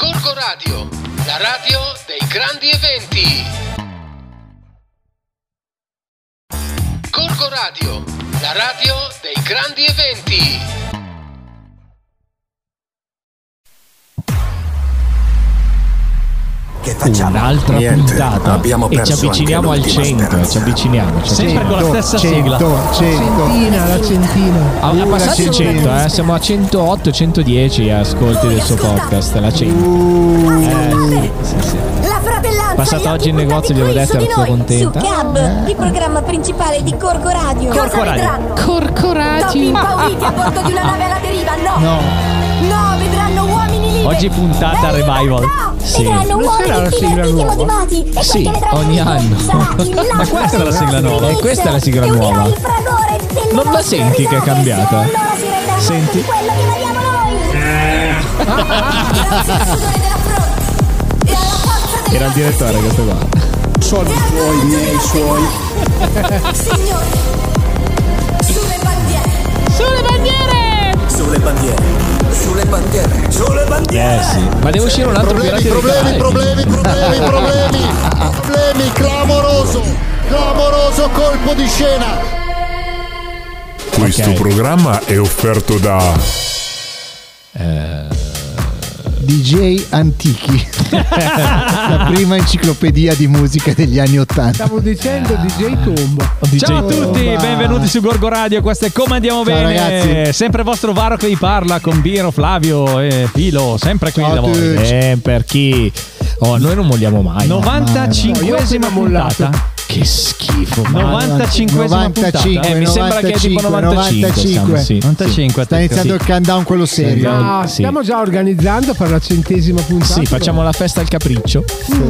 Gorgo Radio, la radio dei grandi eventi. Gorgo Radio, la radio dei grandi eventi. Un'altra puntata e ci avviciniamo al 100. Ci avviciniamo sempre con la stessa sigla. La centina. Ha passato il 100, siamo a 108, 110 ascolti del suo podcast. La 100. Sì. La fratellanza passata oggi in negozio, gli avevo detto, ero tutta contenta. Su Gab, il programma principale di Gorgo Radio. Corco Radio. Corco Radio. Impauriti a bordo di una nave alla deriva, no, vedranno uomini liberi. Oggi puntata revival. Sì. Vedranno uomini divertiti e motivati. E sì, ogni anno. Ma questa è la sigla nuova. E questa è la sigla nuova. Non la senti che è cambiata? Senti. Quello che vediamo noi. Era il direttore questo qua. Soldi tuoi, miei suoi. Signori, sulle bandiere. Sulle bandiere. Sì. Ma deve uscire un altro Pirati dei Caraibi. Problemi, clamoroso colpo di scena. Questo programma è offerto da DJ Antichi. La prima enciclopedia di musica degli anni '80. Stavo dicendo DJ Tomba. Ciao a tutti, benvenuti su Gorgo Radio. Questo è Come Andiamo Ciao, Bene, ragazzi. sempre il vostro Varo che vi parla con Biro, Flavio e Filo, sempre qui da voi. Per chi? Noi non molliamo mai. 95esima puntata. Che schifo. 95esima puntata. Mi sembra che è tipo 95. Sì. 95. Sta iniziando il countdown quello serio. No, stiamo già organizzando per la 100esima puntata. Sì, facciamo la festa al capriccio.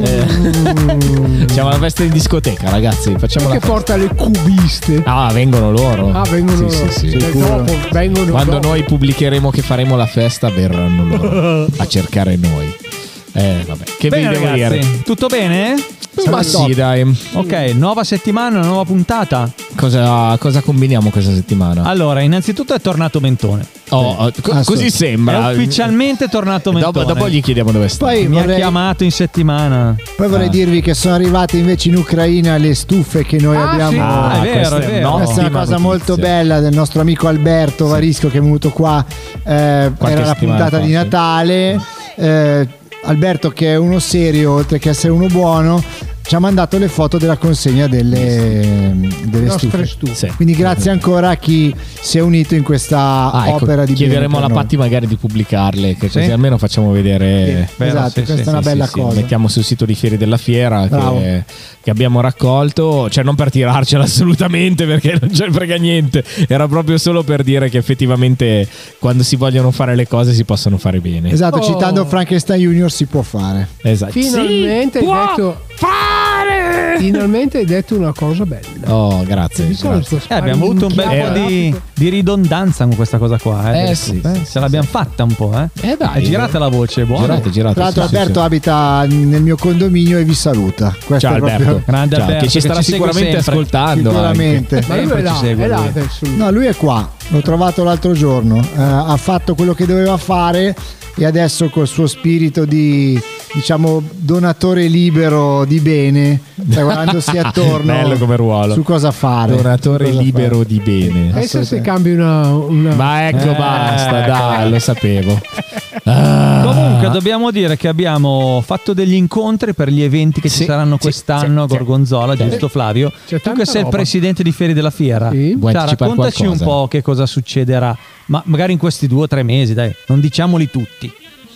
Facciamo la festa in discoteca, ragazzi. Facciamo che la festa. porta le cubiste. Vengono loro. Vengono Sì. dopo, vengono Quando dopo. noi pubblicheremo che faremo la festa, verranno loro a cercare noi. Vabbè. Che Bene, vi devo ragazzi, dire? tutto bene? Ma sì, dai. Ok, nuova settimana, nuova puntata. Cosa combiniamo questa settimana? Allora, innanzitutto è tornato Mentone. Così sembra. È ufficialmente tornato Mentone. Dopo gli chiediamo dove sta. Poi Mi ha vorrei, chiamato in settimana. poi vorrei dirvi che sono arrivate invece in Ucraina le stufe che noi abbiamo. sì. È vero, questa è vero. Questa è una cosa ottima molto notizia. bella del nostro amico Alberto Varisco che è venuto qua. Era la settimana puntata fa, di sì. Natale. Alberto, che è uno serio oltre che essere uno buono, ci ha mandato le foto della consegna delle nostre stufe. Sì. Quindi grazie ancora a chi si è unito in questa opera di bene chiederemo per alla noi. Patti magari di pubblicarle, che Sì. così almeno facciamo vedere. Vero, Esatto, sì, questa sì, è una bella cosa. Mettiamo sul sito di Fieri della Fiera Bravo. che abbiamo raccolto, cioè non per tirarcela assolutamente perché non ce ne frega niente, era proprio solo per dire che effettivamente quando si vogliono fare le cose si possono fare bene. Esatto, Oh. citando Frankenstein Junior si può fare. Esatto. Finalmente Si può hai detto fare! Finalmente hai detto una cosa bella. Oh, grazie. Di solito grazie. Abbiamo avuto un bel po' sparinchiamo di ridondanza con questa cosa qua. Sì, Se l'abbiamo fatta un po', dai, È girata la voce, buona. Girate. Tra l'altro sì, Alberto sì. abita nel mio condominio e vi saluta. Questo Ciao è proprio- Alberto. Grande Ciao, Alberto, che ci starà che ci segue sicuramente sempre. ascoltando. Sicuramente. Ma lui Sempre è ci segue là lui. adesso. No, lui è qua, l'ho trovato l'altro giorno, ha fatto quello che doveva fare e adesso col suo spirito di, diciamo, donatore libero di bene sta guardandosi attorno. Bello come ruolo. Su cosa fare. Donatore Su cosa libero fare. di bene. Adesso se cambi una Ma ecco, basta, dai, lo sapevo. Comunque dobbiamo dire che abbiamo fatto degli incontri per gli eventi che ci saranno quest'anno a Gorgonzola, giusto Flavio? C'è Tu tanta che sei il roba. presidente di Fieri della Fiera, Sì. Vuoi Cioè, anticipare raccontaci qualcosa? un po' che cosa succederà, ma magari in questi 2 o 3 mesi, dai, non diciamoli tutti.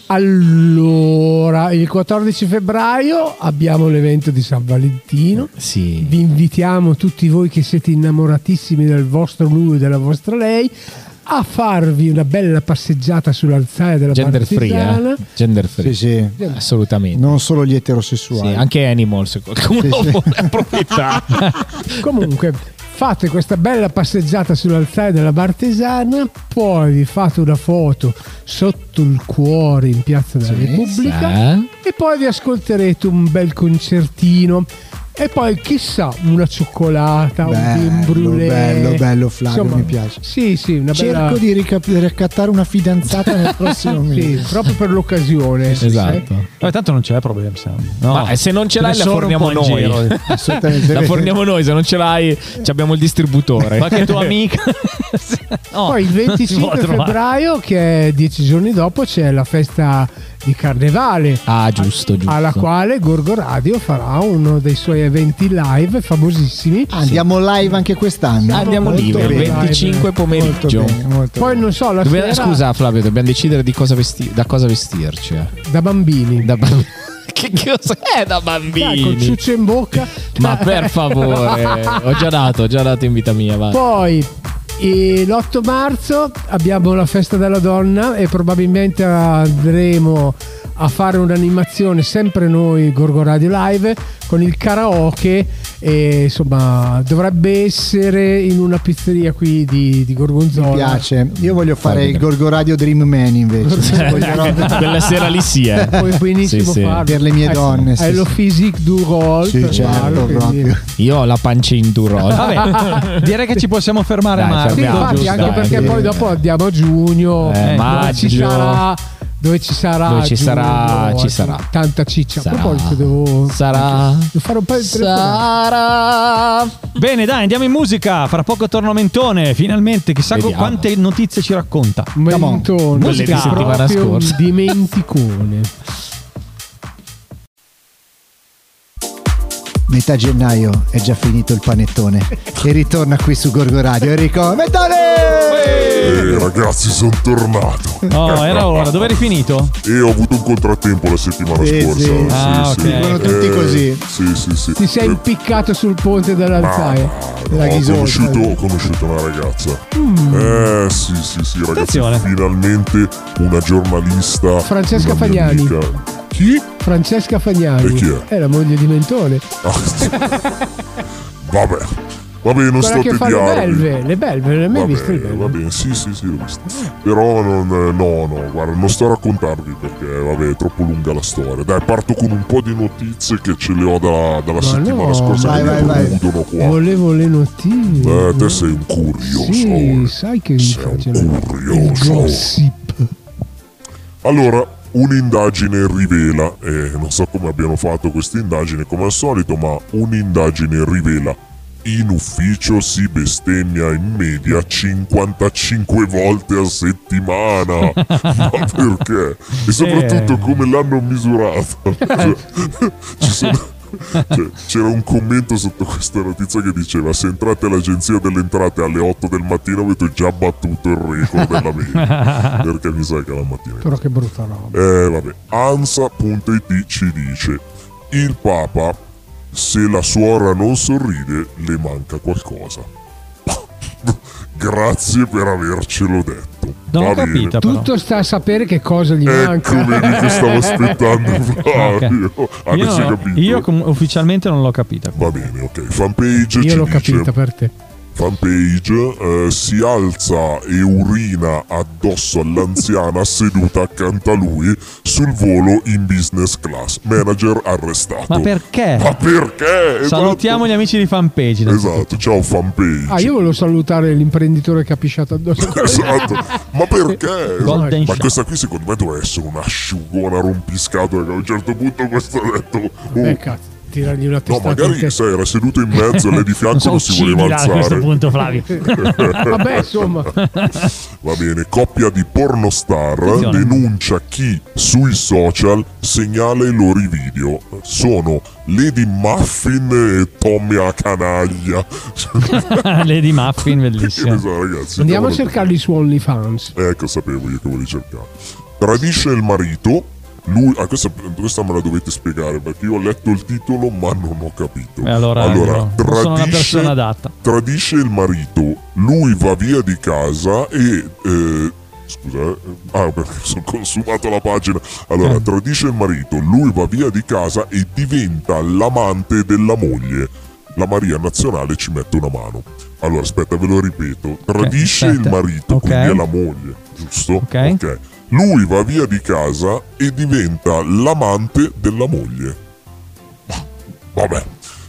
Allora, il 14 febbraio abbiamo l'evento di San Valentino. Sì. Vi invitiamo tutti voi che siete innamoratissimi del vostro lui e della vostra lei a farvi una bella passeggiata sull'alzare della Gender free, Martesana. Gender free. Sì, Assolutamente. non solo gli eterosessuali. Sì, anche Animal, se qualcuno Sì, sì. vuole approfittare. Comunque fate questa bella passeggiata sull'altare della Martesana, poi vi fate una foto sotto il cuore in Piazza della Repubblica Eh? e poi vi ascolterete un bel concertino E poi chissà, una cioccolata, un crème brûlée. Bello Flavio, Insomma, mi piace. Sì, una bella... Cerco di ricattare una fidanzata nel prossimo mese. Sì, proprio per l'occasione. Esatto. Tanto non c'è problema. No. Ma se non ce l'hai la forniamo noi. Assolutamente. La forniamo noi, se non ce l'hai abbiamo il distributore. Qualche tua amica. Poi il 25 febbraio, che è 10 giorni dopo, c'è la festa di Carnevale. Ah, giusto. Alla quale Gorgo Radio farà uno dei suoi eventi live famosissimi. Andiamo live anche quest'anno. Andiamo lì il 25 pomeriggio. Molto Poi non so, la sera... Scusa Flavio, dobbiamo decidere da cosa vestirci. Da bambini. Che cosa è da bambini? Con ciuccio in bocca. Ma per favore, ho già dato in vita mia. Vai. Poi l'8 marzo abbiamo la festa della donna e probabilmente andremo a fare un'animazione sempre noi Gorgo Radio Live con il karaoke, e insomma dovrebbe essere in una pizzeria qui di Gorgonzola. Mi piace. Io voglio fare il Gorgo Radio Dream Man invece. Quella sera lì puoi benissimo farlo per le mie donne. Hai lo physique du roll per farlo, proprio. Io ho la pancia in du roll. Vabbè, direi che ci possiamo fermare. Sì, infatti, anche perché poi dopo andiamo a giugno, maggio. Dove ci sarà tanta ciccia. A proposito, devo fare un po' di sarà. Bene, dai, andiamo in musica. Fra poco torna Mentone. Finalmente, chissà quante notizie ci racconta. Mentone, musica settimana scorsa. Un dimenticone. Metà gennaio è già finito il panettone e ritorna qui su Gorgo Radio. Enrico Mentone! Ragazzi, sono tornato. Oh, era ora. Dove eri finito? E ho avuto un contrattempo la settimana scorsa. Dicono tutti così. Sì. Ti sei impiccato sul ponte dell'Alzaia. Ho conosciuto una ragazza. Sì, ragazzi. Attenzione. Finalmente una giornalista. Francesca Fagnani. Chi? Francesca Fagnani. E chi è? È la moglie di Mentone. Vabbè, non sto a tediarvi. Le belve, non hai mai visto le belve? Va bene, sì, l'ho visto. Però no, guarda, non sto a raccontarvi perché, vabbè, è troppo lunga la storia. Dai, parto con un po' di notizie che ce le ho dalla settimana scorsa. Vai. Qua. Volevo le notizie. Te sei un curioso. Sì, sai che sei un curioso. Gossip. Allora, un'indagine rivela, non so come abbiano fatto questa indagine come al solito, ma un'indagine rivela: in ufficio si bestemmia in media 55 volte a settimana. Ma perché? E soprattutto come l'hanno misurato? C'era un commento sotto questa notizia che diceva: se entrate all'agenzia delle entrate alle 8 del mattino avete già battuto il record della media. Perché mi sa che è la mattina. Però che brutta roba. Vabbè. Ansa.it ci dice: il Papa, se la suora non sorride, le manca qualcosa. Grazie per avercelo detto. Non ho capito. Tutto sta a sapere che cosa gli manca. Ecco, vedi che stavo aspettando Flavio. Okay. Io ufficialmente non l'ho capita. Va bene, ok. Fanpage io l'ho capita per te. Fanpage, si alza e urina addosso all'anziana seduta accanto a lui sul volo in business class. Manager arrestato. Ma perché? Salutiamo gli amici di Fanpage. Esatto, ciao Fanpage. Io volevo salutare l'imprenditore che ha pisciato addosso. Esatto, ma perché? Golden Ma questa qui secondo me doveva essere una asciugona rompiscatole che a un certo punto questo ha detto cazzo, tirargli una testata. No, magari sai, era seduto in mezzo e lei di fianco non si voleva alzare. A questo punto, Flavio. Vabbè, insomma. Va bene, coppia di pornostar denuncia chi sui social segnala i loro video. Sono Lady Muffin e Tommy a canaglia. Lady Muffin, bellissimo. Ragazzi, andiamo a cercarli su OnlyFans. Ecco, sapevo io che volevi cercare. Tradisce il marito. Lui, questa me la dovete spiegare perché io ho letto il titolo ma non ho capito. Allora sono una persona adatta. Tradisce il marito, lui va via di casa e scusa, perché sono consumato la pagina. Allora, tradisce il marito, lui va via di casa e diventa l'amante della moglie. La Maria Nazionale ci mette una mano. Allora, aspetta, ve lo ripeto. Tradisce il marito, quindi è la moglie, giusto? Ok. Lui va via di casa e diventa l'amante della moglie. Vabbè,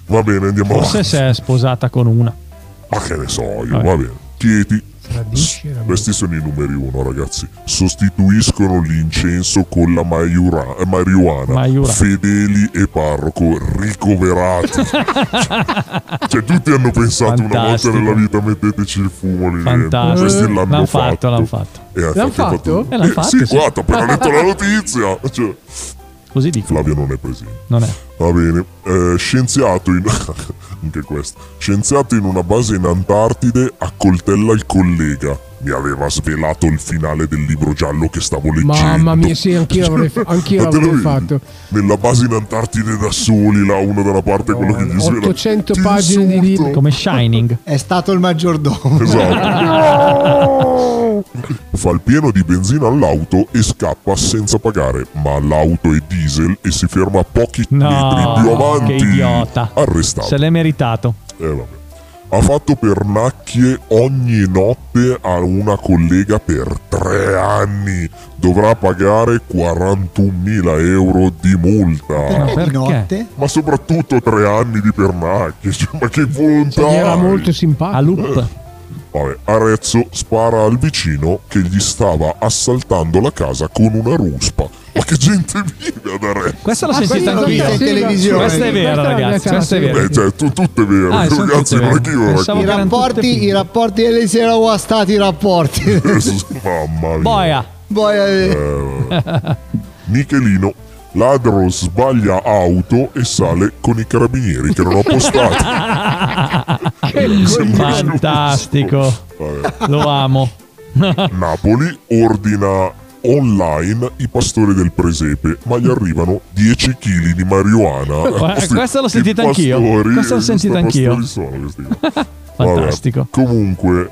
Va bene, andiamo Forse avanti. si è sposata con una. Ma che ne so io, Vabbè. va bene. Chieti. Tradisci, era Questi sono i numeri 1, ragazzi. Sostituiscono l'incenso con la marijuana. Maiura. Fedeli e parroco ricoverati. Cioè, tutti hanno pensato una volta Fantastico. nella vita, metteteci il fumo lì dentro. Fantastico. Questi l'hanno fatto. L'hanno fatto. L'hanno fatto? L'hanno fatto, Sì, sì. guarda, appena letto la notizia. Cioè, Così dico. Flavio non è presente. Non è. Va bene. Scienziato in... anche questo. Scienziato in una base in Antartide accoltella il collega. Mi aveva svelato il finale del libro giallo che stavo leggendo. Mamma mia, sì, anch'io l'avrei Ma te lo l'avrei vedi? fatto. Nella base in Antartide da soli, là, uno da una parte e quello che gli svela. 800 Ti pagine di insulto. libri. Come Shining. È stato il maggiordomo. Esatto. Fa il pieno di benzina all'auto e scappa senza pagare. Ma l'auto è diesel e si ferma a pochi No, metri più avanti. che idiota. Arrestato. Se l'è meritato. Vabbè. Ha fatto pernacchie ogni notte a una collega per 3 anni. Dovrà pagare 41.000 euro di multa. Ma Di perché? notte? Ma soprattutto 3 anni di pernacchie. Cioè, ma che volontà! Era molto simpatico. A loop. Vabbè, Arezzo spara al vicino che gli stava assaltando la casa con una ruspa. Ma che gente vive ad Arezzo! Questa l'ho Ah, sentita questa l'ho anch'io. vista in televisione. Questa è vera, Questa ragazzi. l'ho Questa è vista. vera. Cioè, tutte vere, Ah, sono ragazzi, tutte non è vere. che io Pensavo la che erano tutte I finte. rapporti ieri sera guastati i rapporti. Mamma mia. Boia. Poi Michelino, ladro sbaglia auto e sale con i carabinieri che erano appostati. Fantastico. Vabbè. Lo amo. Napoli ordina online i pastori del presepe, ma gli arrivano 10 kg di marijuana. Questa l'ho sentita Che anch'io. pastori- Questa l'ho sentita anch'io. pastori sono questi qua? Fantastico. Vabbè, comunque,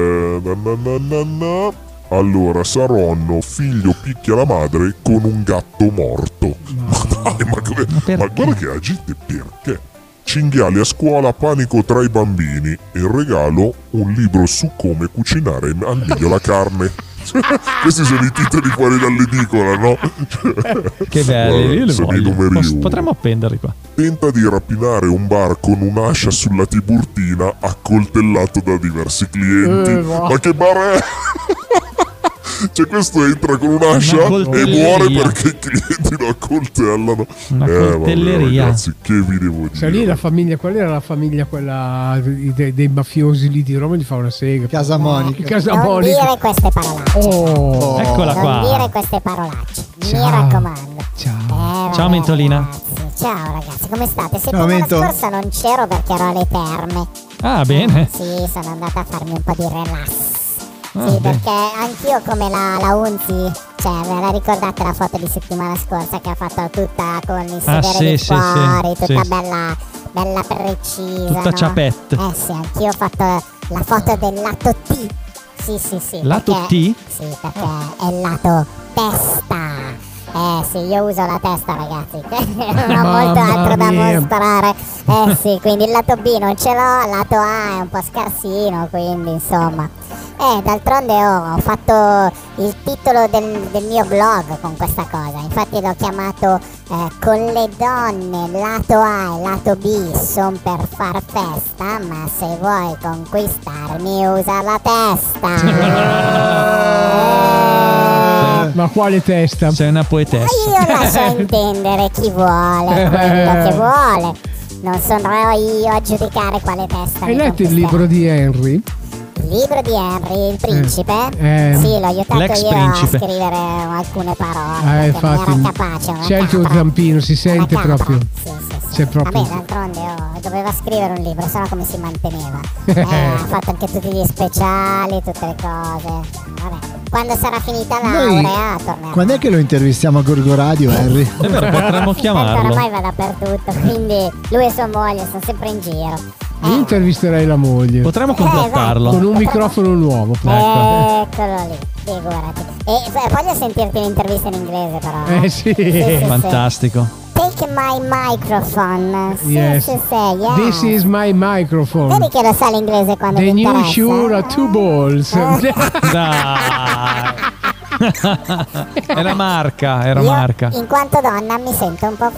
allora, Saronno, figlio picchia la madre con un gatto morto. Ma dai, ma perché? guarda che agite, perché? Cinghiali a scuola, panico tra i bambini. E in regalo un libro su come cucinare al miglio la carne. Questi sono i titoli fuori dall'edicola, no? Che belli, io li sono i voglio. numeri uno. Potremmo appenderli qua. Tenta di rapinare un bar con un'ascia sulla Tiburtina, accoltellato da diversi clienti. Ma che bar è? Cioè, questo entra con un'ascia Una e coltelleria. muore perché i clienti lo accoltellano. Una Vabbè, coltelleria. ragazzi, che vi devo dire? Cioè lì la famiglia, qual era la famiglia quella dei mafiosi lì di Roma? Gli fa una sega. Casa Monica. Casa Non Monica. dire queste parolacce. Oh. Eccola Non qua. dire queste parolacce. Mi Ciao. raccomando. Ciao. Ciao, Mentolina. Ragazzi. Ciao ragazzi, come state? Settimana Mento. scorsa non c'ero perché ero alle terme. Ah, bene. Sì, sono andata a farmi un po' di relax. Ah, Sì, bene. perché anch'io come la Unzi, cioè ve la ricordate la foto di settimana scorsa che ha fatto tutta con il sedere sì, dei sì, cuori, sì, tutta sì. bella precisa. Tutta no? ciapette. Sì, anch'io ho fatto la foto del lato T. Sì. Lato perché- T? Sì, perché è il lato testa. Sì, io uso la testa, ragazzi. Non ho Mamma molto altro da mia. mostrare. Sì, quindi il lato B non ce l'ho, il lato A è un po' scarsino, quindi insomma. D'altronde ho fatto il titolo del mio blog con questa cosa. Infatti l'ho chiamato Con le donne lato A e lato B son per far festa, ma se vuoi conquistarmi usa la testa. Ma quale testa? Sei una poetessa. Io lascio intendere chi vuole, quello che vuole. Non sono io a giudicare quale testa. Hai mi letto il conquisterà. libro di Henry? Il libro di Henry, il principe? Sì, l'ho aiutato l'ex io principe. a scrivere alcune parole. Perché Infatti, non era capace. Una c'è il tuo capra. zampino, si sente Una capra. proprio. Sì. C'è proprio. Vabbè, d'altronde doveva scrivere un libro, sennò come si manteneva. Ha fatto anche tutti gli speciali, tutte le cose. Vabbè, quando sarà finita la Noi, laurea tornerà. quando è che lo intervistiamo a Gorgo Radio, Harry? È vero, potremmo Tanto chiamarlo. oramai va dappertutto, quindi lui e sua moglie sono sempre in giro. Io intervisterei la moglie. Potremmo Con complottarlo. un microfono nuovo. Eccolo lì, figurati. E voglio sentirti un'intervista in inglese però. Sì. Fantastico. Take my microphone. Yes. Sì, yeah. This is my microphone. Vedi che lo sa l'inglese quando The mi new interessa? shoe a two balls. Dai. Era marca, era Io, marca. in quanto donna, mi sento un po' offesa.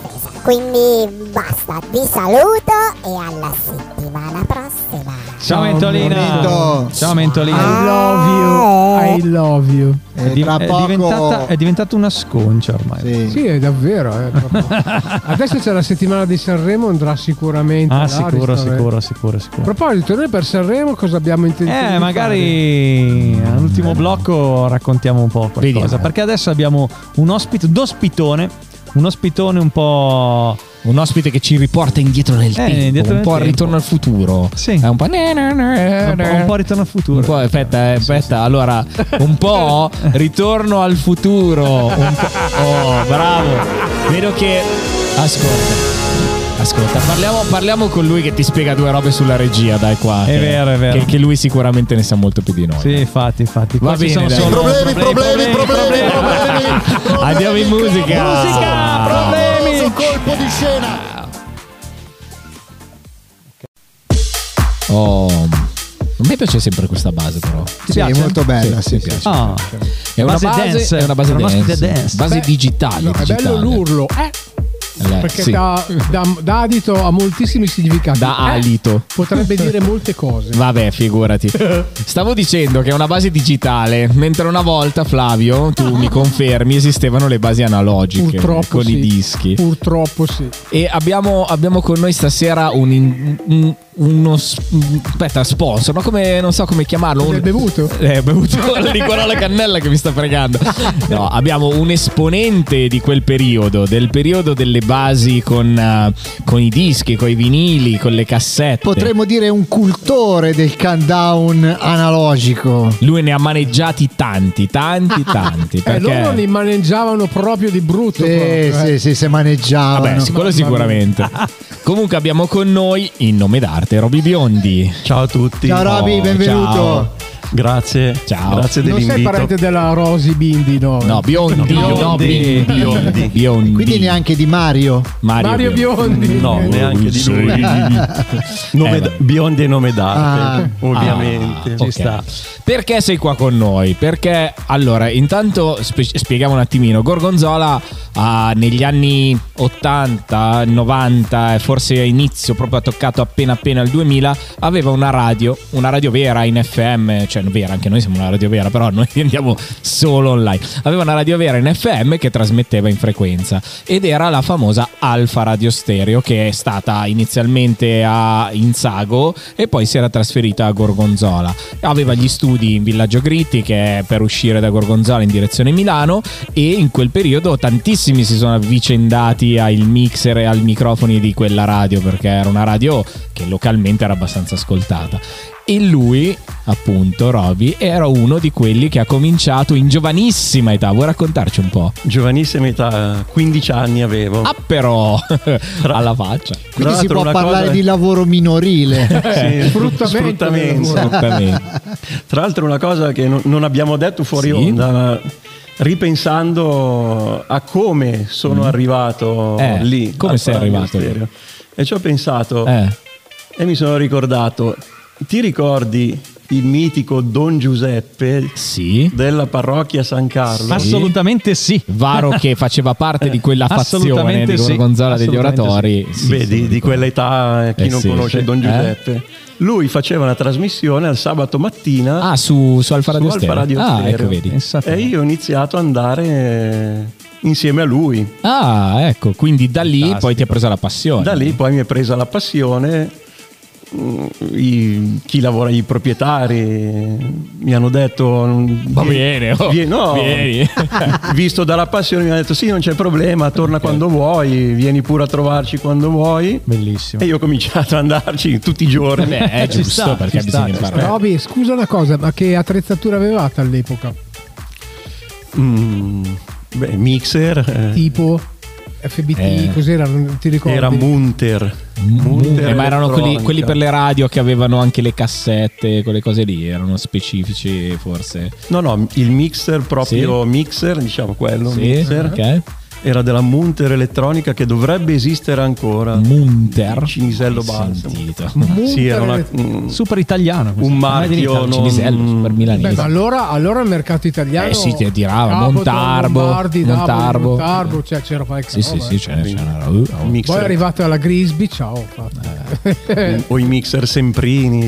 Quindi basta, vi saluto e alla settimana prossima. Ciao Mentolina. Ciao Mentolina. I love you. Tra poco... è diventata una sconcia ormai. Sì, è davvero. Adesso c'è la settimana di Sanremo, andrà sicuramente. Sicuro. A proposito, noi per Sanremo cosa abbiamo intenzione di fare? Magari all'ultimo blocco raccontiamo un po' qualcosa. Perché adesso abbiamo un ospitone un po'. Un ospite che ci riporta indietro nel tempo, un po' al ritorno al futuro. Sì. È un po'. Un po' ritorno al futuro. Un po', aspetta. Allora, un po' ritorno al futuro. Oh, bravo. Vedo che. Ascolta, parliamo con lui che ti spiega due robe sulla regia, dai qua. È vero. Che lui sicuramente ne sa molto più di noi. Sì, infatti. Va bene, sono dai. solo Problemi. Andiamo in musica. Problemi. Colpo di scena. A me piace sempre questa base, però. Sì, è molto bella, Sì, sì. piace. È una base dance. Base digitale. È bello l'urlo. Perché sì. dà adito a moltissimi significati. Da alito. Potrebbe dire molte cose. Vabbè, figurati. Stavo dicendo che è una base digitale, mentre una volta, Flavio, tu mi confermi, esistevano le basi analogiche. Purtroppo con sì. I dischi. Purtroppo sì. E abbiamo con noi stasera uno sponsor, ma non so come chiamarlo. L'hai bevuto? Bevuto la liquore alla cannella che mi sta fregando. No, abbiamo un esponente di quel periodo, del periodo delle basi con i dischi, con i vinili, con le cassette. Potremmo dire un cultore del countdown analogico. Lui ne ha maneggiati tanti. Perché loro li maneggiavano proprio di brutto. Sì, se maneggiavano. Vabbè, quello sicuramente. Comunque abbiamo con noi, in nome d'arte, Roby Biondi. Ciao a tutti. Ciao Roby, benvenuto. Ciao. Grazie. Ciao. Grazie Non dell'invito. sei parente della Rosy Bindi, no? No, Biondi. Quindi neanche di Mario. Mario Biondi. No, neanche di lui. Biondi è nome d'arte, ovviamente. Ci sta. Perché sei qua con noi? Perché, allora, intanto spieghiamo un attimino. Gorgonzola negli anni 80, 90 e forse a inizio, proprio ha toccato appena il 2000, aveva una radio vera in FM, cioè vera, anche noi siamo una radio vera, però noi andiamo solo online. Aveva una radio vera in FM che trasmetteva in frequenza ed era la famosa Alfa Radio Stereo, che è stata inizialmente a Inzago e poi si era trasferita a Gorgonzola. Aveva gli studi in Villaggio Gritti, che è per uscire da Gorgonzola in direzione Milano, e in quel periodo tantissimi si sono avvicendati al mixer e ai microfoni di quella radio, perché era una radio che localmente era abbastanza ascoltata. E lui, appunto, Roby, era uno di quelli che ha cominciato in giovanissima età. Vuoi raccontarci un po'? Giovanissima età, 15 anni avevo. Ah, però alla faccia. Quindi si può parlare di lavoro minorile. Sì, sfruttamento. Tra l'altro una cosa che non abbiamo detto fuori onda, ma ripensando a come sono arrivato lì. Come sei arrivato lì? E ci ho pensato e mi sono ricordato. Ti ricordi il mitico Don Giuseppe della parrocchia San Carlo? Assolutamente sì. Varo che faceva parte di quella fazione di Gorgonzola degli oratori. Sì. Vedi, di quell'età chi non conosce Don Giuseppe. Lui faceva una trasmissione al sabato mattina su Alfa Radio Stereo. Ecco, vedi. E io ho iniziato ad andare insieme a lui. Ah, ecco, quindi da lì poi ti ha presa la passione. Da lì poi mi è presa la passione. Chi lavora, i proprietari mi hanno detto va bene, vieni. Visto dalla passione mi hanno detto sì, non c'è problema, torna quando vuoi, vieni pure a trovarci quando vuoi. Bellissimo. E io ho cominciato ad andarci tutti i giorni. Beh, è giusto, perché bisogna imparare. Roby, scusa una cosa, ma che attrezzatura avevate all'epoca? Mixer tipo FBT, cos'era? Non ti ricordi? Era Munter. Ma erano quelli per le radio che avevano anche le cassette, quelle cose lì, erano specifici forse. No, il mixer proprio, mixer, diciamo quello, mixer. Okay. era della Munter Elettronica, che dovrebbe esistere ancora. Munter? Cinisello Balsamo. Sì, era super italiano. Un marchio Cinisello, super milanese. Beh, allora il mercato italiano sì, ti tirava Montarbo, cioè c'era qualche sì, ce n'era. Poi è arrivato alla Grisby, ciao. O i mixer Semprini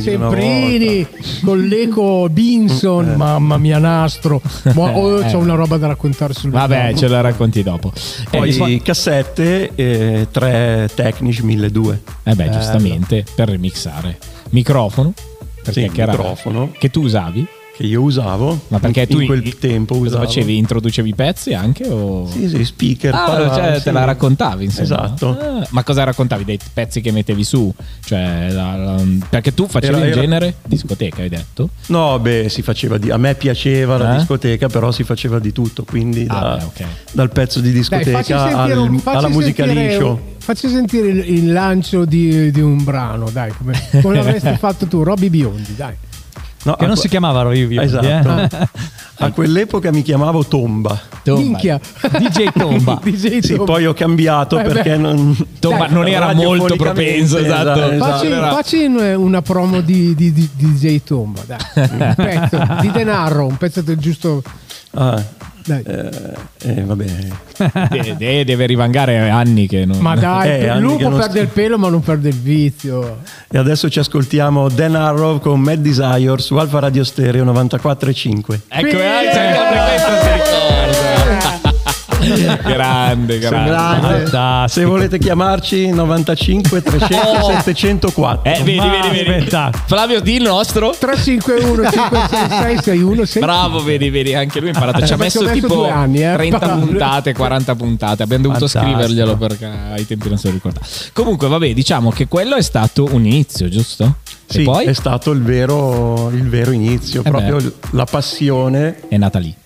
con l'Eco Binson, mamma mia, nastro. C'ho una roba da raccontare sul Vabbè, ce la racconti dopo. Poi cassette, 3 Technics 1200. Giustamente, per remixare. Microfono, perché microfono che tu usavi? Che io usavo. Ma perché tu in quel tempo usavo? Facevi, introducevi i pezzi anche? O? Sì, speaker. Cioè te la raccontavi, insomma. Esatto. Ma cosa raccontavi? Dei pezzi che mettevi su? Cioè, perché tu facevi in genere discoteca, hai detto? No, si faceva a me piaceva la discoteca, però si faceva di tutto, quindi dal pezzo di discoteca alla musica liscio. Facci sentire il lancio di un brano, dai, come l'avresti fatto tu, Robby Biondi, dai. No, che non si chiamava Robby Biondi. Esatto. A quell'epoca mi chiamavo Tomba. Minchia. DJ Tomba. Sì, poi ho cambiato perché Tomba non era molto propenso. Esatto. Facci una promo di DJ Tomba, dai. Un pezzo di denaro, un pezzo del giusto. Dai. Vabbè. Deve rivangare anni che non. Ma dai, il lupo perde il pelo ma non perde il vizio. E adesso ci ascoltiamo Dan Arrow con Mad Desire su Alfa Radio Stereo 94.5. Ecco, questo si ricorda. Grande. Se volete chiamarci 95 300 704. Vedi. Flavio, di il nostro 351 566 616. Bravo, vedi, anche lui ha imparato. Ci ha messo tipo 2 anni, 30 puntate, 40 puntate. Abbiamo dovuto scriverglielo perché ai tempi non se lo ricorda. Comunque, vabbè, diciamo che quello è stato un inizio, giusto? Sì, e poi? È stato il vero inizio, proprio la passione è nata lì.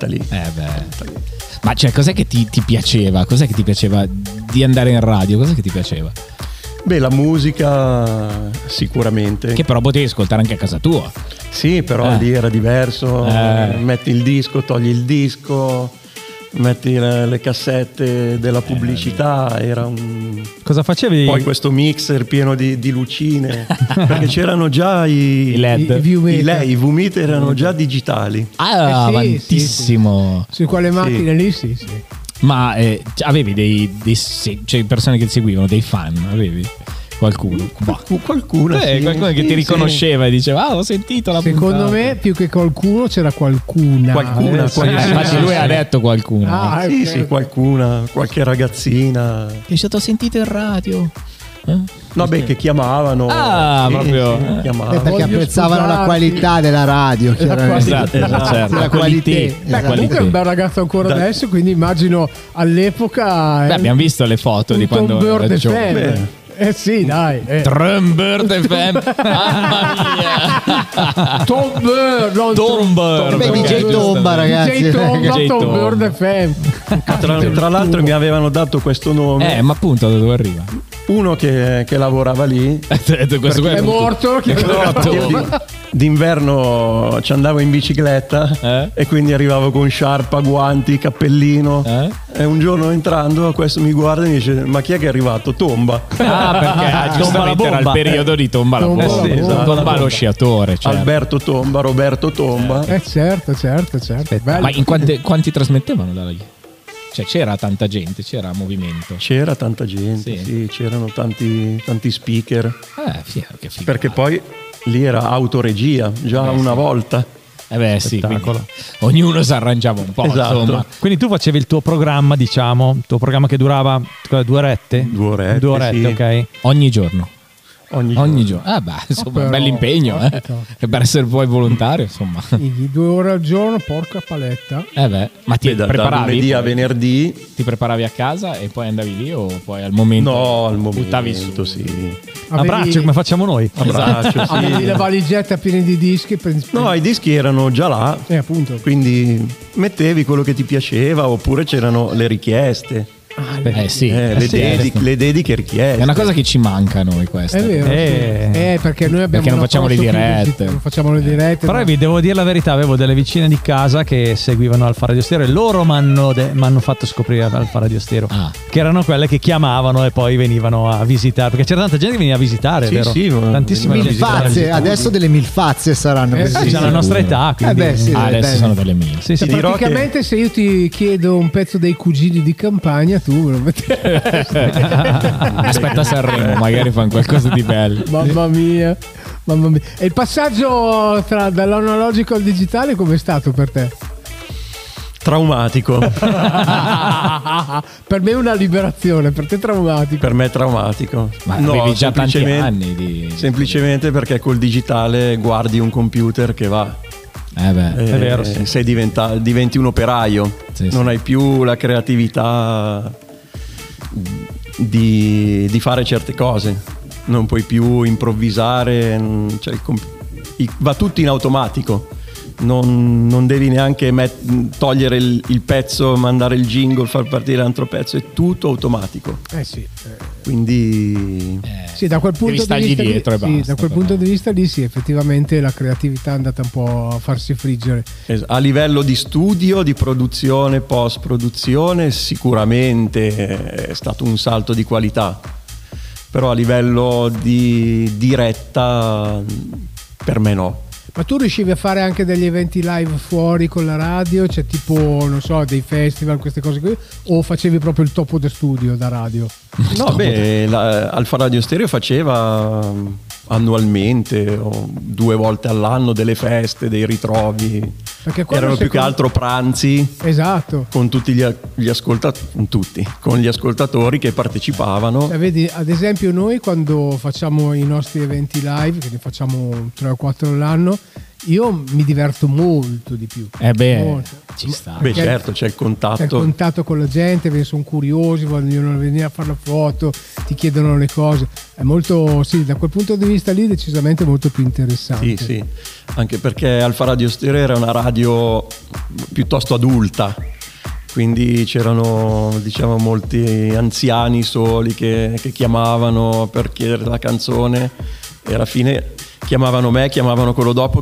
Ma cioè, cos'è che ti piaceva? Cos'è che ti piaceva di andare in radio? Cos'è che ti piaceva? La musica sicuramente. Che però potevi ascoltare anche a casa tua. Sì, però lì era diverso. Metti il disco, togli il disco, metti le cassette della pubblicità. Era un. Cosa facevi? Poi questo mixer pieno di lucine. Perché c'erano già i LED. I V-meter erano già digitali. Avantissimo. Su quale macchine lì? Sì. Ma avevi cioè persone che ti seguivano, dei fan, avevi? Qualcuno? Qualcuno che ti riconosceva e diceva ho sentito la puntata. Secondo me più che qualcuno c'era qualcuna. Infatti lui ha detto qualcuno. Sì, qualcuna, qualche ragazzina. Che è stato sentito in radio. No, che chiamavano. Proprio. Chiamavano. Perché apprezzavano la qualità della radio. Esatto. La qualità. Comunque è un bel ragazzo ancora adesso, quindi immagino all'epoca. Abbiamo visto le foto di quando era giovane. Sì, dai. Trumbird FM. Mamma mia. Tom Bird. DJ Tomba, ragazzi. DJ Tomba, Tom Bird FM. Tra l'altro mi avevano dato questo nome. Ma appunto da dove arriva? Uno che lavorava lì. È morto. D'inverno ci andavo in bicicletta e quindi arrivavo con sciarpa, guanti, cappellino. E un giorno entrando questo mi guarda e mi dice: ma chi è che è arrivato? Tomba. Perché giustamente era il periodo di Tomba la bomba. Esatto. Tomba lo sciatore, certo. Alberto Tomba, Roberto Tomba. Certo. Ma in quanti trasmettevano da lì? Cioè c'era tanta gente, c'era movimento. C'era tanta gente, sì, c'erano tanti speaker. Che figo. Perché poi lì era autoregia, già una volta. Ognuno si arrangiava un po', esatto. Insomma. Quindi tu facevi il tuo programma, diciamo, il tuo programma che durava 2 orette? 2 orette, sì. Ok. Ogni giorno. Ogni giorno. Insomma, un bell'impegno, E per essere poi volontario, insomma. 2 ore al giorno, porca paletta. Ma ti preparavi? Da lunedì a venerdì. Ti preparavi a casa e poi andavi lì o poi al momento? No, al momento, buttavi su? Sì. A braccio, come facciamo noi. A braccio, sì. Avevi la valigetta piena di dischi? No, i dischi erano già là. Appunto. Quindi mettevi quello che ti piaceva oppure c'erano le richieste. Sì. Le dediche richieste. È una cosa che ci manca a noi questa. È vero, perché noi abbiamo non facciamo le dirette. Non facciamo le dirette. Però vi devo dire la verità, avevo delle vicine di casa che seguivano Alfa Radio Stereo e loro mi hanno fatto scoprire Alfa Radio Stereo, che erano quelle che chiamavano e poi venivano a visitare, perché c'era tanta gente che veniva a visitare, vero? Sì, tantissime milfazze, adesso delle milfazze saranno. Sì, la nostra età, quindi. Adesso sono delle mil. Sì, praticamente se io ti chiedo un pezzo dei Cugini di Campania, tu me lo metti. Aspetta Sanremo, magari fanno qualcosa di bello. Mamma mia. E il passaggio dall'analogico al digitale com'è stato per te? Traumatico. Per me è una liberazione, per te traumatico. Per me è traumatico. Ma avevi già tanti anni semplicemente perché col digitale guardi un computer che va. È vero, sì. Diventi un operaio, non hai più la creatività di fare certe cose, non puoi più improvvisare, cioè, va tutto in automatico, non devi neanche togliere il pezzo, mandare il jingle, far partire l'altro pezzo, è tutto automatico. Quindi sì, da quel punto di vista dietro lì, da quel punto di vista lì sì, effettivamente la creatività è andata un po' a farsi friggere. A livello di studio, di produzione, post-produzione, sicuramente è stato un salto di qualità, però a livello di diretta per me no. Ma tu riuscivi a fare anche degli eventi live fuori con la radio, cioè tipo, non so, dei festival, queste cose qui, o facevi proprio il topo de studio da radio? No, Alfa Radio Stereo faceva annualmente o 2 volte all'anno delle feste, dei ritrovi. Perché erano più che altro pranzi. Esatto. Con tutti gli ascoltatori che partecipavano. Vedi, ad esempio noi quando facciamo i nostri eventi live, che ne facciamo 3 o 4 all'anno, io mi diverto molto di più. Ci sta. Certo, c'è il contatto. C'è il contatto con la gente, sono curiosi, vogliono venire a fare la foto, ti chiedono le cose. È molto, sì, da quel punto di vista lì decisamente molto più interessante. Sì, anche perché Alfa Radio Stereo era una radio piuttosto adulta. Quindi c'erano, diciamo, molti anziani soli che chiamavano per chiedere la canzone e alla fine chiamavano me, chiamavano quello dopo,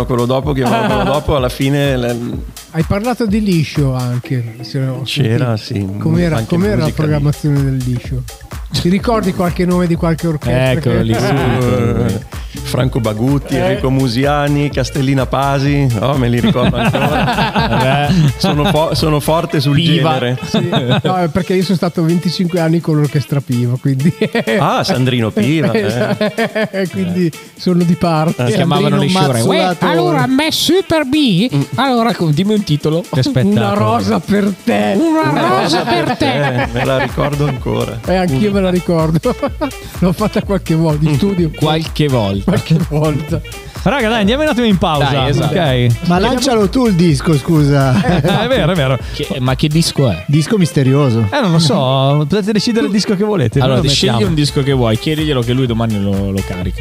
alla fine hai parlato di liscio anche. C'era, sì. Com'era la programmazione del liscio? Ti ricordi qualche nome di qualche orchestra? Eccolo lì. Franco Bagutti, Enrico Musiani, Castellina Pasi, me li ricordo ancora. Sono forte sul genere. Sì. No, perché io sono stato 25 anni con l'orchestra Piva, quindi Sandrino Piva. Quindi sono di parte. Chiamavano le sciure. Allora, a me Super B. Allora, dimmi un titolo. Una rosa per te. Una rosa per te. Me la ricordo ancora. Anch'io me la ricordo. L'ho fatta qualche volta in studio. Qualche volta. Raga, dai, andiamo un attimo in pausa. Dai, esatto. Okay. Ma lancialo tu il disco, scusa. È vero. Ma che disco è? Disco misterioso. Non lo so, potete decidere il disco che volete. Allora, scegli un disco che vuoi, chiediglielo che lui domani lo carica.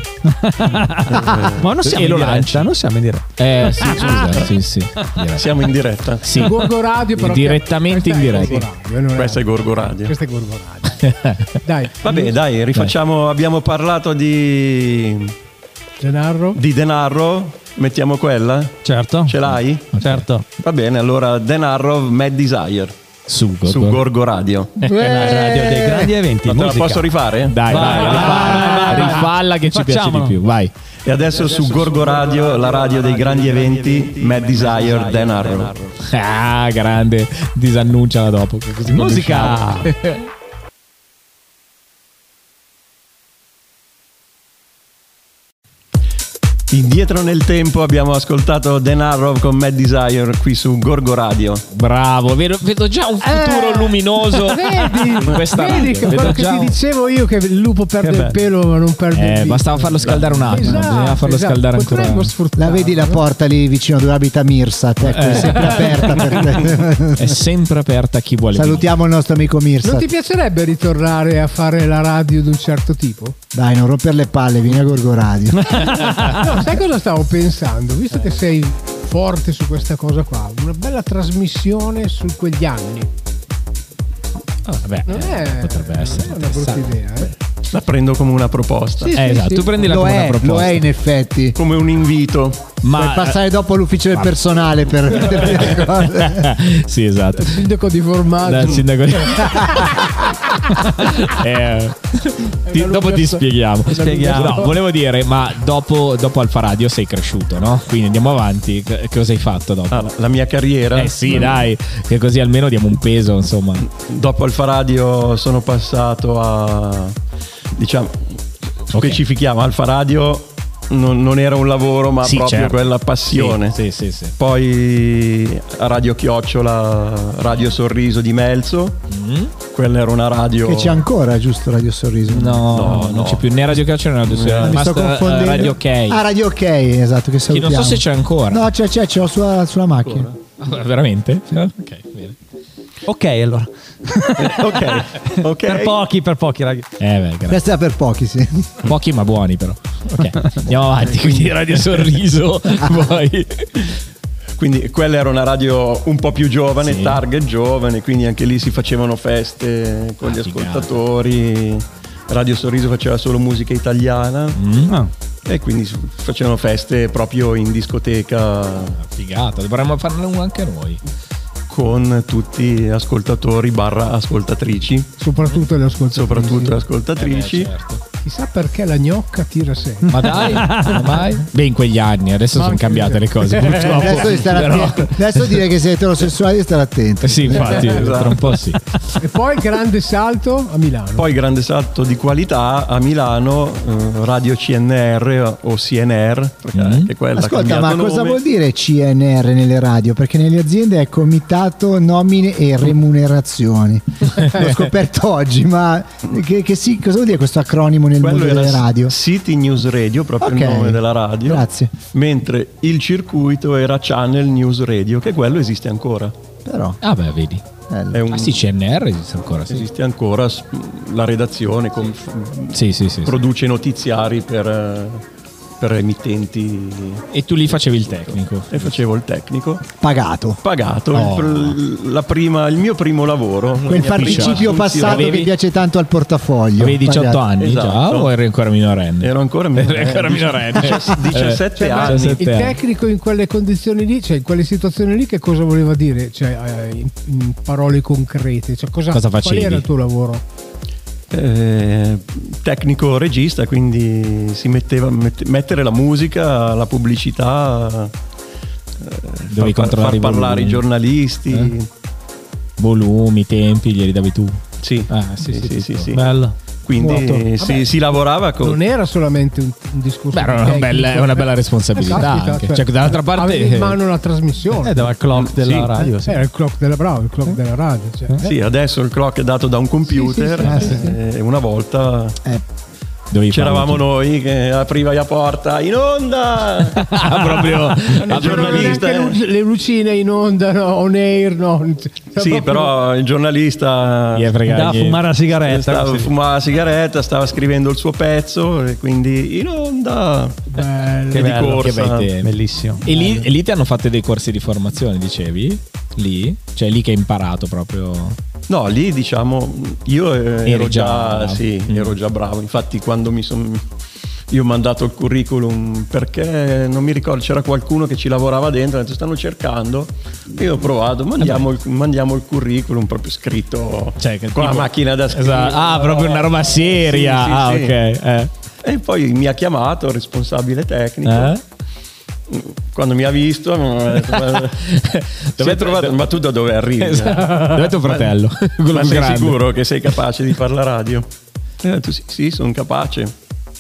Ma non siamo in diretta, non siamo in diretta. Sì, scusa, sì. Siamo in diretta. Sì. Gorgo Radio, però direttamente in diretta. Questa è Gorgo Radio. Dai. Vabbè, dai, rifacciamo. Abbiamo parlato di Denarro. Mettiamo quella? Certo. Ce l'hai? Certo. Va bene, allora Denarro, Mad Desire su Gorgo Radio. La radio dei grandi eventi. Ma te la posso rifare? Dai, rifalla che ci piace di più. Vai. E adesso su Gorgo Radio, la radio dei grandi eventi, Mad Desire, Denarro. Grande. Disannunciala dopo. Così musica. Indietro nel tempo abbiamo ascoltato Denarro con Mad Desire qui su Gorgo Radio. Bravo, vedo già un futuro luminoso. Vedi quello che ti dicevo io, che il lupo perde il pelo ma non perde il vino. Bastava farlo scaldare un attimo. Bisognava farlo scaldare ancora. La vedi la porta lì vicino dove abita Mirsat? Ecco, è sempre aperta per te. È sempre aperta a chi vuole. Salutiamo il nostro amico Mirsat. Non ti piacerebbe ritornare a fare la radio di un certo tipo? Dai, non rompere le palle, vieni a Gorgo Radio. No, sai cosa stavo pensando? Visto che sei forte su questa cosa qua, una bella trasmissione su quegli anni. Vabbè, potrebbe essere una brutta idea, La prendo come una proposta. Esatto, tu prendila come una proposta. Lo è in effetti. Come un invito. Puoi passare dopo all'ufficio del personale per le cose. Sì, esatto. Il sindaco di formaggio. Dal sindaco di... dopo ti spieghiamo. No, volevo dire, ma dopo Alfa Radio sei cresciuto, no? Quindi andiamo avanti. Che cosa hai fatto dopo? La mia carriera? Sì, dai, che così almeno diamo un peso, insomma. Dopo Alfa Radio sono passato a, diciamo, specifichiamo, Alfa Radio non era un lavoro, ma proprio quella passione. Sì. Poi a Radio Chiocciola, Radio Sorriso di Melzo. Quella era una radio che c'è ancora, giusto? Radio Sorriso? No, non c'è più né Radio Chiocciola né Radio Sorriso. Mi sto confondendo. Radio Ok. Radio Ok, esatto, che salutiamo. Non so se c'è ancora. No, c'è, ce l'ho sulla macchina. Veramente? Ok, bene. Ok, allora. ok. Per pochi, ragazzi. Questa è per pochi, sì. Pochi ma buoni, però. Ok, andiamo avanti. Quindi Radio Sorriso. Poi. Quindi quella era una radio un po' più giovane, target giovane, quindi anche lì si facevano feste con gli ascoltatori. Radio Sorriso faceva solo musica italiana. E quindi facevano feste proprio in discoteca. Figata, dovremmo farne una anche noi. Con tutti ascoltatori / ascoltatrici. Soprattutto le ascoltatrici. Certo. Chissà perché la gnocca tira sempre. Ma dai, mai? Beh, in quegli anni, adesso sono cambiate le cose. Purtroppo. Adesso dire che sei eterosessuale e stare attento. Sì, infatti, tra un po' sì. E poi grande salto a Milano. Poi grande salto di qualità a Milano, Radio CNR o CNR, perché anche quella. Ascolta, ma cosa nome. vuol dire CNR nelle radio? Perché nelle aziende è comitato nomine e remunerazioni. L'ho scoperto oggi, ma cosa vuol dire questo acronimo nel mondo delle radio? City News Radio, proprio il nome della radio. Grazie. Mentre il circuito era Channel News Radio, che quello esiste ancora. Però. Ah beh, vedi. Sì, CNR esiste ancora. Sì. Esiste ancora, la redazione produce notiziari per emittenti. E tu lì facevi il tecnico? E facevo il tecnico. Pagato. Il mio primo lavoro. Quel participio passato che piace tanto al portafoglio. Avevi 18 anni già o eri ancora minorenne? Ero ancora minorenne. 17 anni. Il tecnico in quelle condizioni lì, cioè in quelle situazioni lì, che cosa voleva dire? Cioè in parole concrete, cioè cosa facevi? Qual era il tuo lavoro? Tecnico regista, quindi si mettere la musica, la pubblicità, far parlare i giornalisti, volumi, tempi, glieli davi tu? Sì. Bello. Quindi si lavorava con. Non era solamente un discorso. È una bella responsabilità. Anche. Cioè, dall'altra parte. Avevi in mano la trasmissione. Dava il clock della radio. Era il clock della della radio. Cioè. Sì, adesso il clock è dato da un computer. E una volta. C'eravamo noi che apriva la porta in onda. Proprio la giornalista. Le lucine in onda, no, on air, no. Sì, però il giornalista andava a fumare la sigaretta. Fumava la sigaretta, stava scrivendo il suo pezzo e quindi in onda. Che bello, che bei tempi. Bellissimo. E lì ti hanno fatto dei corsi di formazione, dicevi? Lì? Cioè lì che hai imparato proprio? No, lì diciamo io ero già bravo. Infatti quando io ho mandato il curriculum, perché non mi ricordo, c'era qualcuno che ci lavorava dentro, ha detto stanno cercando, io ho provato, mandiamo il curriculum proprio scritto, cioè, con la macchina da scrivere. Esatto. Proprio una roba seria. Sì. Ok. E poi mi ha chiamato il responsabile tecnico. Quando mi ha visto mi ha detto, trovato, ma tu da dove arrivi? Dov'è tuo fratello? Ma sei sicuro che sei capace di fare la radio? E ho detto sì, sono capace.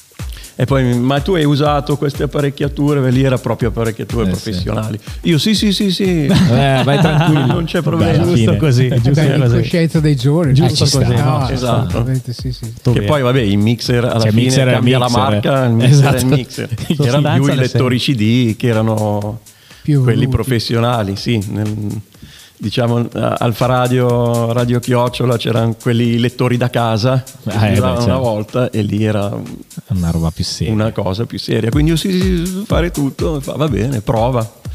E poi, ma tu hai usato queste apparecchiature? Lì era proprio apparecchiature professionali. Sì. Io sì. Vai tranquillo, non c'è problema. Giusto così. In coscienza dei giorni. Giusto così. Esatto. Sì. Che poi vabbè, il mixer alla fine mixer cambia la marca, il mixer è il mixer. Erano più i lettori CD che erano più quelli professionali, sì. Diciamo Alfa Radio Chiocciola c'erano quelli lettori da casa una volta, e lì era una roba più seria, una cosa più seria, quindi io fare tutto, va bene, prova.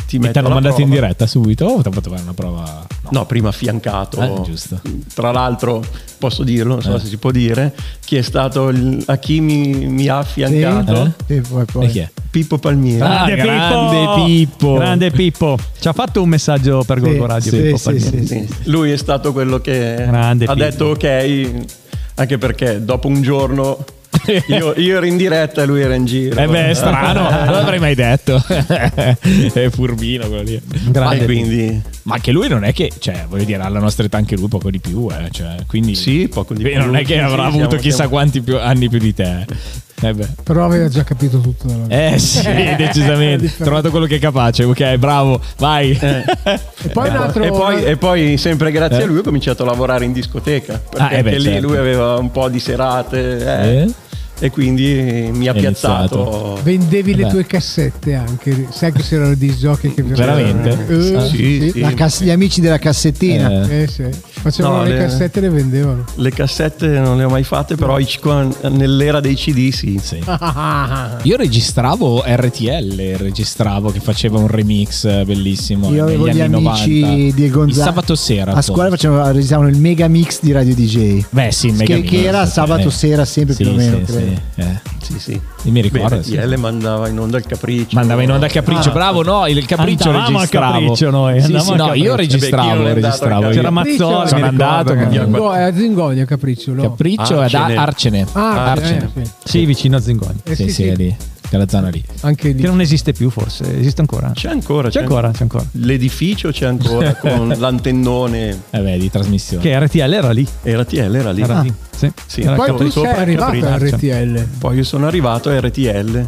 ti E metto ti hanno alla mandato in prova. diretta subito o ti hanno fatto fare una prova? No, prima affiancato. Giusto. Tra l'altro, posso dirlo, non so se si può dire, chi è stato a chi mi ha affiancato? Sì, poi. E chi è? Pippo Palmiera. Grande Pippo. Grande Pippo. Ci ha fatto un messaggio per Gorgo Radio. sì, Pippo sì, Palmieri. sì. Lui è stato quello che Grande ha Pippo. detto ok, anche perché dopo un giorno io ero in diretta e lui era in giro. È strano, non l'avrei mai detto. È furbino quello lì. Grande E quindi Ma anche lui non è che, cioè, voglio dire, alla nostra età anche lui poco di più, cioè, quindi sì, poco di più. non è che Sì, avrà sì, avuto siamo- chissà quanti anni più di te. Beh. Però aveva già capito tutto dalla vita. Sì, decisamente. Trovato quello che è capace. Ok, bravo, vai. E poi un altro E poi sempre grazie a lui ho cominciato a lavorare in discoteca, perché anche lì certo. lui aveva un po' di serate e quindi mi ha È piazzato. vendevi le Beh. tue cassette anche. Sai che c'erano dei giochi che Veramente? Sì, sì. Gli amici della cassettina. Sì. Facevano No, le le- cassette e le vendevano. Le cassette non le ho mai fatte, però nell'era dei CD sì. Io registravo RTL, che faceva un remix bellissimo. Io avevo negli gli anni amici 90. di Gonzaga. Il sabato sera. A scuola registavano il mega mix di Radio DJ. Beh, sì, il mega che mix, era sì. sabato sera sempre Sì, più o meno. sì, credo. sì. Sì, sì. Io mi ricordo. Beh, RTL mandava in onda il Capriccio. Mandava in onda il Capriccio, bravo, no, il Capriccio Andavamo al registravo. Capriccio noi, Sì, andavamo sì, al no, io Capriccio. registravo, Beh, chi non è andato al io. C'era Mazzoli, Sono mi ricordo, andato, che- È a Zingonia Capriccio, no? Capriccio è da Arcene. Arcene. Arcene. Sì, vicino a Zingoni. Sì, sì, è lì. Quella zona lì. Anche lì. Che non esiste più, forse. Esiste ancora? C'è ancora. C'è ancora. L'edificio c'è ancora con l'antennone. Di trasmissione. Che RTL era lì. RTL era lì. Era lì. Sì. Sì, Era Poi Capriccio. tu sei sopra arrivato a Capriccio. RTL. Poi io sono arrivato a RTL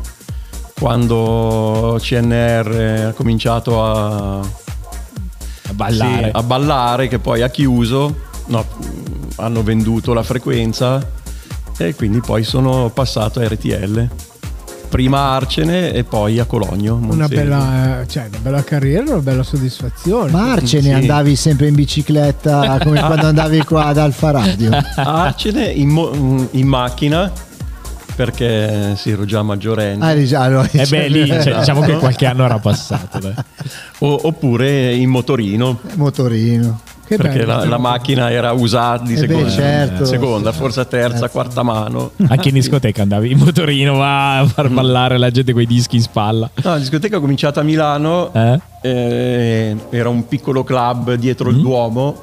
quando CNR ha cominciato a ballare. sì, a ballare, che poi ha chiuso. No, hanno venduto la frequenza e quindi poi sono passato a RTL. Prima a Arcene e poi a Cologno. Una Monzese. bella carriera, una bella soddisfazione. Ma Arcene Sì. andavi sempre in bicicletta come quando andavi qua ad Alfa Radio. A Arcene in macchina perché sì, ero già maggiorenne. Ah, già, allora, Lì diciamo che qualche anno era passato. Dai. Oppure in motorino. Motorino. Che Perché bello. la macchina era usata di beh, seconda, certo. seconda, forse terza, quarta mano. Anche in discoteca andavi in motorino a far ballare la gente con i dischi in spalla. No, la discoteca è cominciata a Milano, era un piccolo club dietro il Duomo,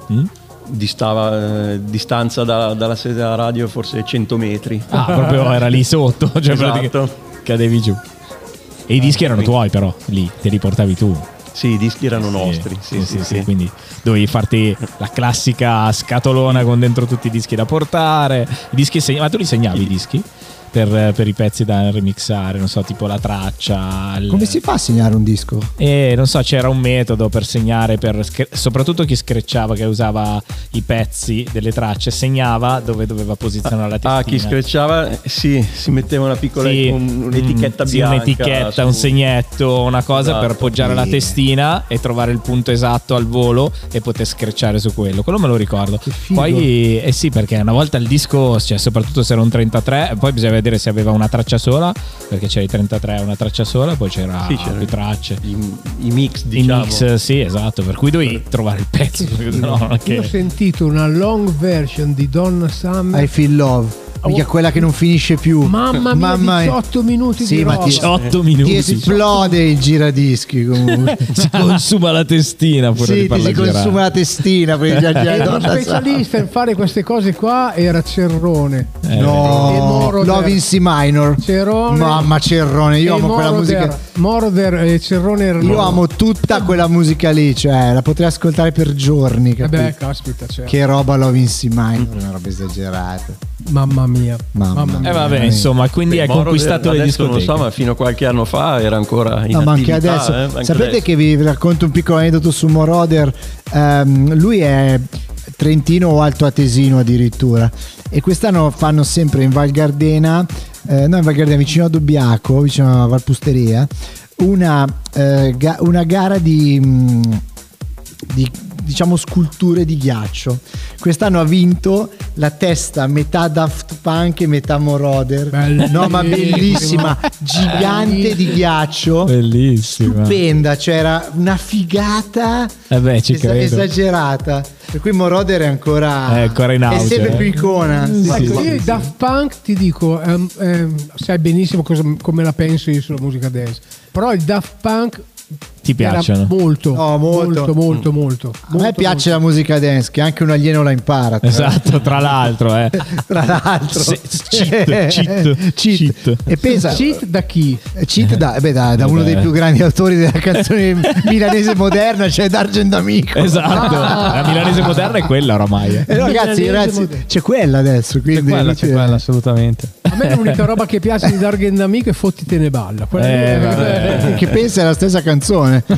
distava distanza dalla sede della radio forse 100 metri. Proprio era lì sotto, cioè Esatto. praticamente cadevi giù. E i dischi erano tuoi però, lì, te li portavi tu. Sì, i dischi erano nostri. Sì. Quindi dovevi farti la classica scatolona con dentro tutti i dischi da portare. I dischi ma tu li segnavi i dischi? Per i pezzi da remixare, non so, tipo la traccia. Come si fa a segnare un disco? Non so, c'era un metodo per segnare, soprattutto chi screcciava, che usava i pezzi delle tracce, segnava dove doveva posizionare la testina. Chi screcciava, sì, si metteva una piccola un'etichetta sì, bianca. un'etichetta, un segnetto, una cosa Esatto. per appoggiare la testina e trovare il punto esatto al volo e poter screcciare su quello. Quello me lo ricordo. Poi, sì, perché una volta il disco, cioè, soprattutto se era un 33, poi bisogna vedere se aveva una traccia sola, perché c'era i 33 una traccia sola, poi c'era le tracce, i mix, diciamo. i mix, sì, esatto, per cui dovevi trovare il pezzo. Io ho sentito una long version di Donna Summer. I Feel Love. Mica quella che non finisce più. Mamma mia, 18 minuti sì, di ma roba. 18 minuti. Ti esplode il giradischi comunque. Si consuma la testina pure sì, di farla ti si girare. consuma la testina per E lo specialista in fare queste cose qua era Cerrone. No, Love in C minor. Cerrone. Mamma Cerrone, io amo quella musica. Moroder e Cerrone erano. Io amo tutta quella musica lì, cioè la potrei ascoltare per giorni. Vabbè, caspita, certo. Che roba Love in C minor, una roba esagerata. Mamma mia. Vabbè, insomma, quindi hai conquistato le adesso discoteche. Non so, ma fino a qualche anno fa era ancora in No, ma anche attività, adesso. anche Sapete adesso. che vi racconto un piccolo aneddoto su Moroder? Lui è trentino o altoatesino addirittura. E quest'anno fanno sempre in Val Gardena, no, in Val Gardena, vicino a Dobbiaco, vicino a Valpusteria, una gara di diciamo sculture di ghiaccio. Quest'anno ha vinto la testa metà Daft Punk e metà Moroder. No, ma bellissima, gigante di ghiaccio, bellissima, stupenda, c'era una figata esagerata. Per cui Moroder è ancora in auge, è sempre più icona. Io Daft Punk ti dico, sai benissimo come la penso io sulla musica dance, però il Daft Punk ti piacciono? Molto. A me piace la musica dance, che anche un alieno la impara. Esatto, tra l'altro. Tra l'altro. Cheat. E pensa, cheat da chi? Cheat da uno dei più grandi autori della canzone milanese moderna, cioè D'Argent Amico. Esatto, la milanese moderna è quella oramai. Ragazzi, c'è quella adesso. Quindi c'è quella assolutamente. A me l'unica roba che piace di D'Argent Amico è Fotti te ne balla. Che pensa è la stessa canzone. Tu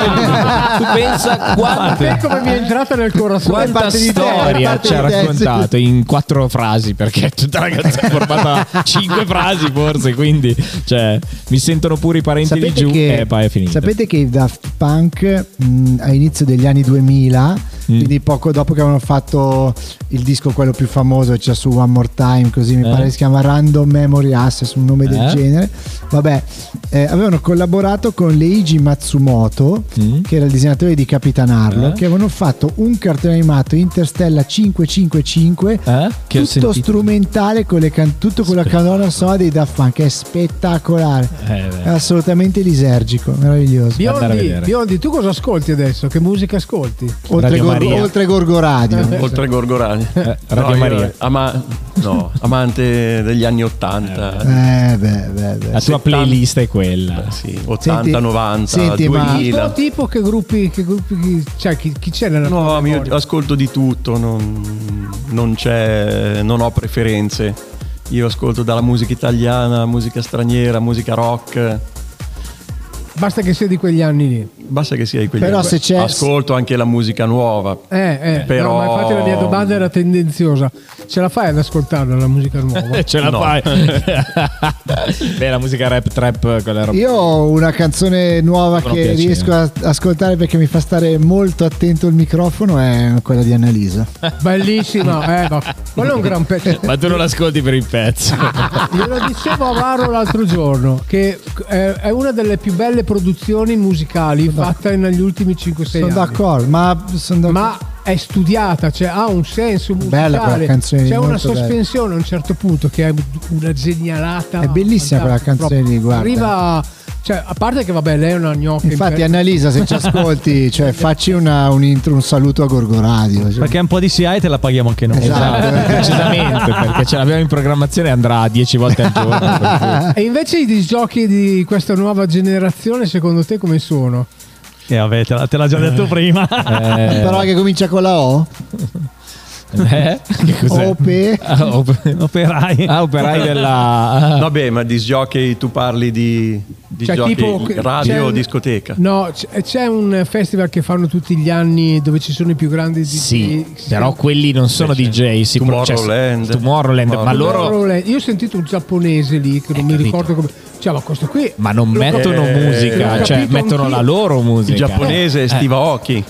pensa come mi è entrata nel corazone. Quanta storia ci ha raccontato in 4 frasi, perché tutta la canzone è formata 5 frasi forse, quindi cioè mi sentono pure i parenti di giù e poi è finito. Sapete che i Daft Punk a inizio degli anni 2000, quindi poco dopo che avevano fatto il disco quello più famoso, c'è su One More Time, così mi pare si chiama Random Memory Access, un nome del genere, avevano collaborato con Leiji Matsumoto, che era il disegnatore di Capitan Harlock, che avevano fatto un cartone animato, Interstellar 555, tutto strumentale con tutto con la colonna sonora dei Daft Punk, che è spettacolare, è assolutamente lisergico, meraviglioso. Biondi, tu cosa ascolti adesso? Che musica ascolti? Oltre Gorgo Radio. Oltre Gorgo Radio. Radio Maria. Amante degli anni 80. La tua playlist è quella. Sì, 80, 90, 2000. Tipo che gruppi cioè chi c'è nella tua memoria? Io ascolto di tutto, non ho preferenze. Io ascolto dalla musica italiana, musica straniera, musica rock. Basta che sia di quegli anni lì. Basta che sia di quegli anni. Se c'è... Ascolto anche la musica nuova. Però... No, ma infatti la mia domanda era tendenziosa. Ce la fai ad ascoltarla la musica nuova? Ce la fai. Beh, la musica rap, trap, quella roba. Io ho una canzone nuova che riesco a ascoltare perché mi fa stare molto attento il microfono, è quella di Annalisa. Bellissima, ma quello è un gran pezzo. Ma tu non l'ascolti per il pezzo. Glielo dicevo a Varo l'altro giorno, che è una delle più belle produzioni musicali fatta negli ultimi 5-6 anni. Sono d'accordo, ma è studiata, cioè ha un senso musicale. Bella quella canzone, c'è una sospensione a un certo punto che è una genialata. È bellissima quella canzone lì, guarda. Arriva, cioè, a parte che vabbè, lei è una gnocca. Infatti Annalisa, se ci ascolti, cioè facci un intro, un saluto a Gorgo Radio, cioè. Perché un po' di CI te la paghiamo anche noi. Esatto. Precisamente, perché ce l'abbiamo in programmazione e andrà 10 volte al giorno. E invece i disgiochi di questa nuova generazione, secondo te come sono? Vabbè, te l'ha già detto prima. Però che comincia con la O? Che cos'è? Operai. Operai della... Vabbè, ma disjockey, tu parli di disjockey tipo, radio o discoteca? No, c'è un festival che fanno tutti gli anni dove ci sono i più grandi DJ. Sì, però quelli non sono DJ. Tomorrowland. Ma loro... Io ho sentito un giapponese lì che non mi ricordo come... Cioè, ma questo qui... Ma non mettono musica, cioè mettono la loro musica. Il giapponese Steve Aoki.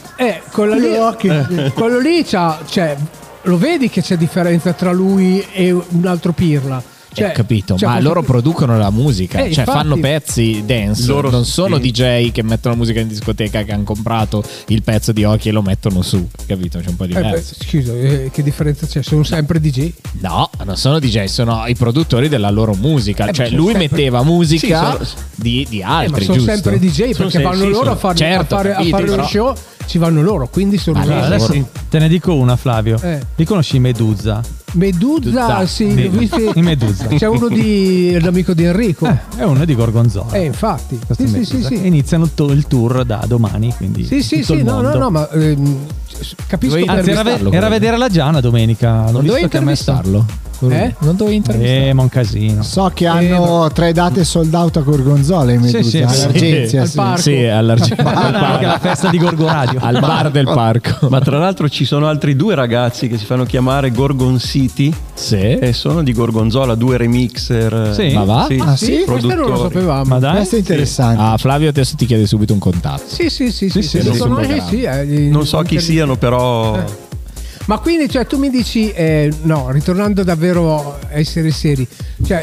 Quello lì c'ha... Cioè, lo vedi che c'è differenza tra lui e un altro pirla. Cioè, capito, ma loro producono la musica, cioè infatti, fanno pezzi dance, loro non sono DJ che mettono musica in discoteca, che hanno comprato il pezzo di Oki e lo mettono su, capito? C'è un po' di diverso. Scusa, che differenza c'è? Sono sempre DJ? No, non sono DJ, sono i produttori della loro musica, cioè lui metteva musica di altri, ma sono giusto? sempre DJ perché vanno loro a fare lo show, ci vanno loro, quindi sono adesso te ne dico una, Flavio. Li conosci Medusa? Medusa, sì. In Medusa c'è uno l'amico di Enrico, è uno di Gorgonzola, infatti sì. Iniziano il tour da domani, quindi no, ma capisco. Anzi, era vedere la Giana domenica. Non dovevi intervistarlo? Non dovevi intervistare? Ma un casino. So che hanno 3 date sold out a Gorgonzola in Medusa, Sì, all'Argenzia. Al parco. Sì, Anche la festa di Gorgo Radio. al bar del parco. Ma tra l'altro ci sono altri 2 ragazzi che si fanno chiamare Gorgon City Sì. e sono di Gorgonzola, 2 remixer. Sì? Ma va? Ah, sì? Questo non lo produttori. sapevamo. Ma dai. Questo è interessante. Ah, Flavio adesso ti chiede subito un contatto. Sì, non dicono so che sì, Non so chi siano, però Ma quindi, cioè, tu mi dici, no, ritornando davvero a essere seri, cioè,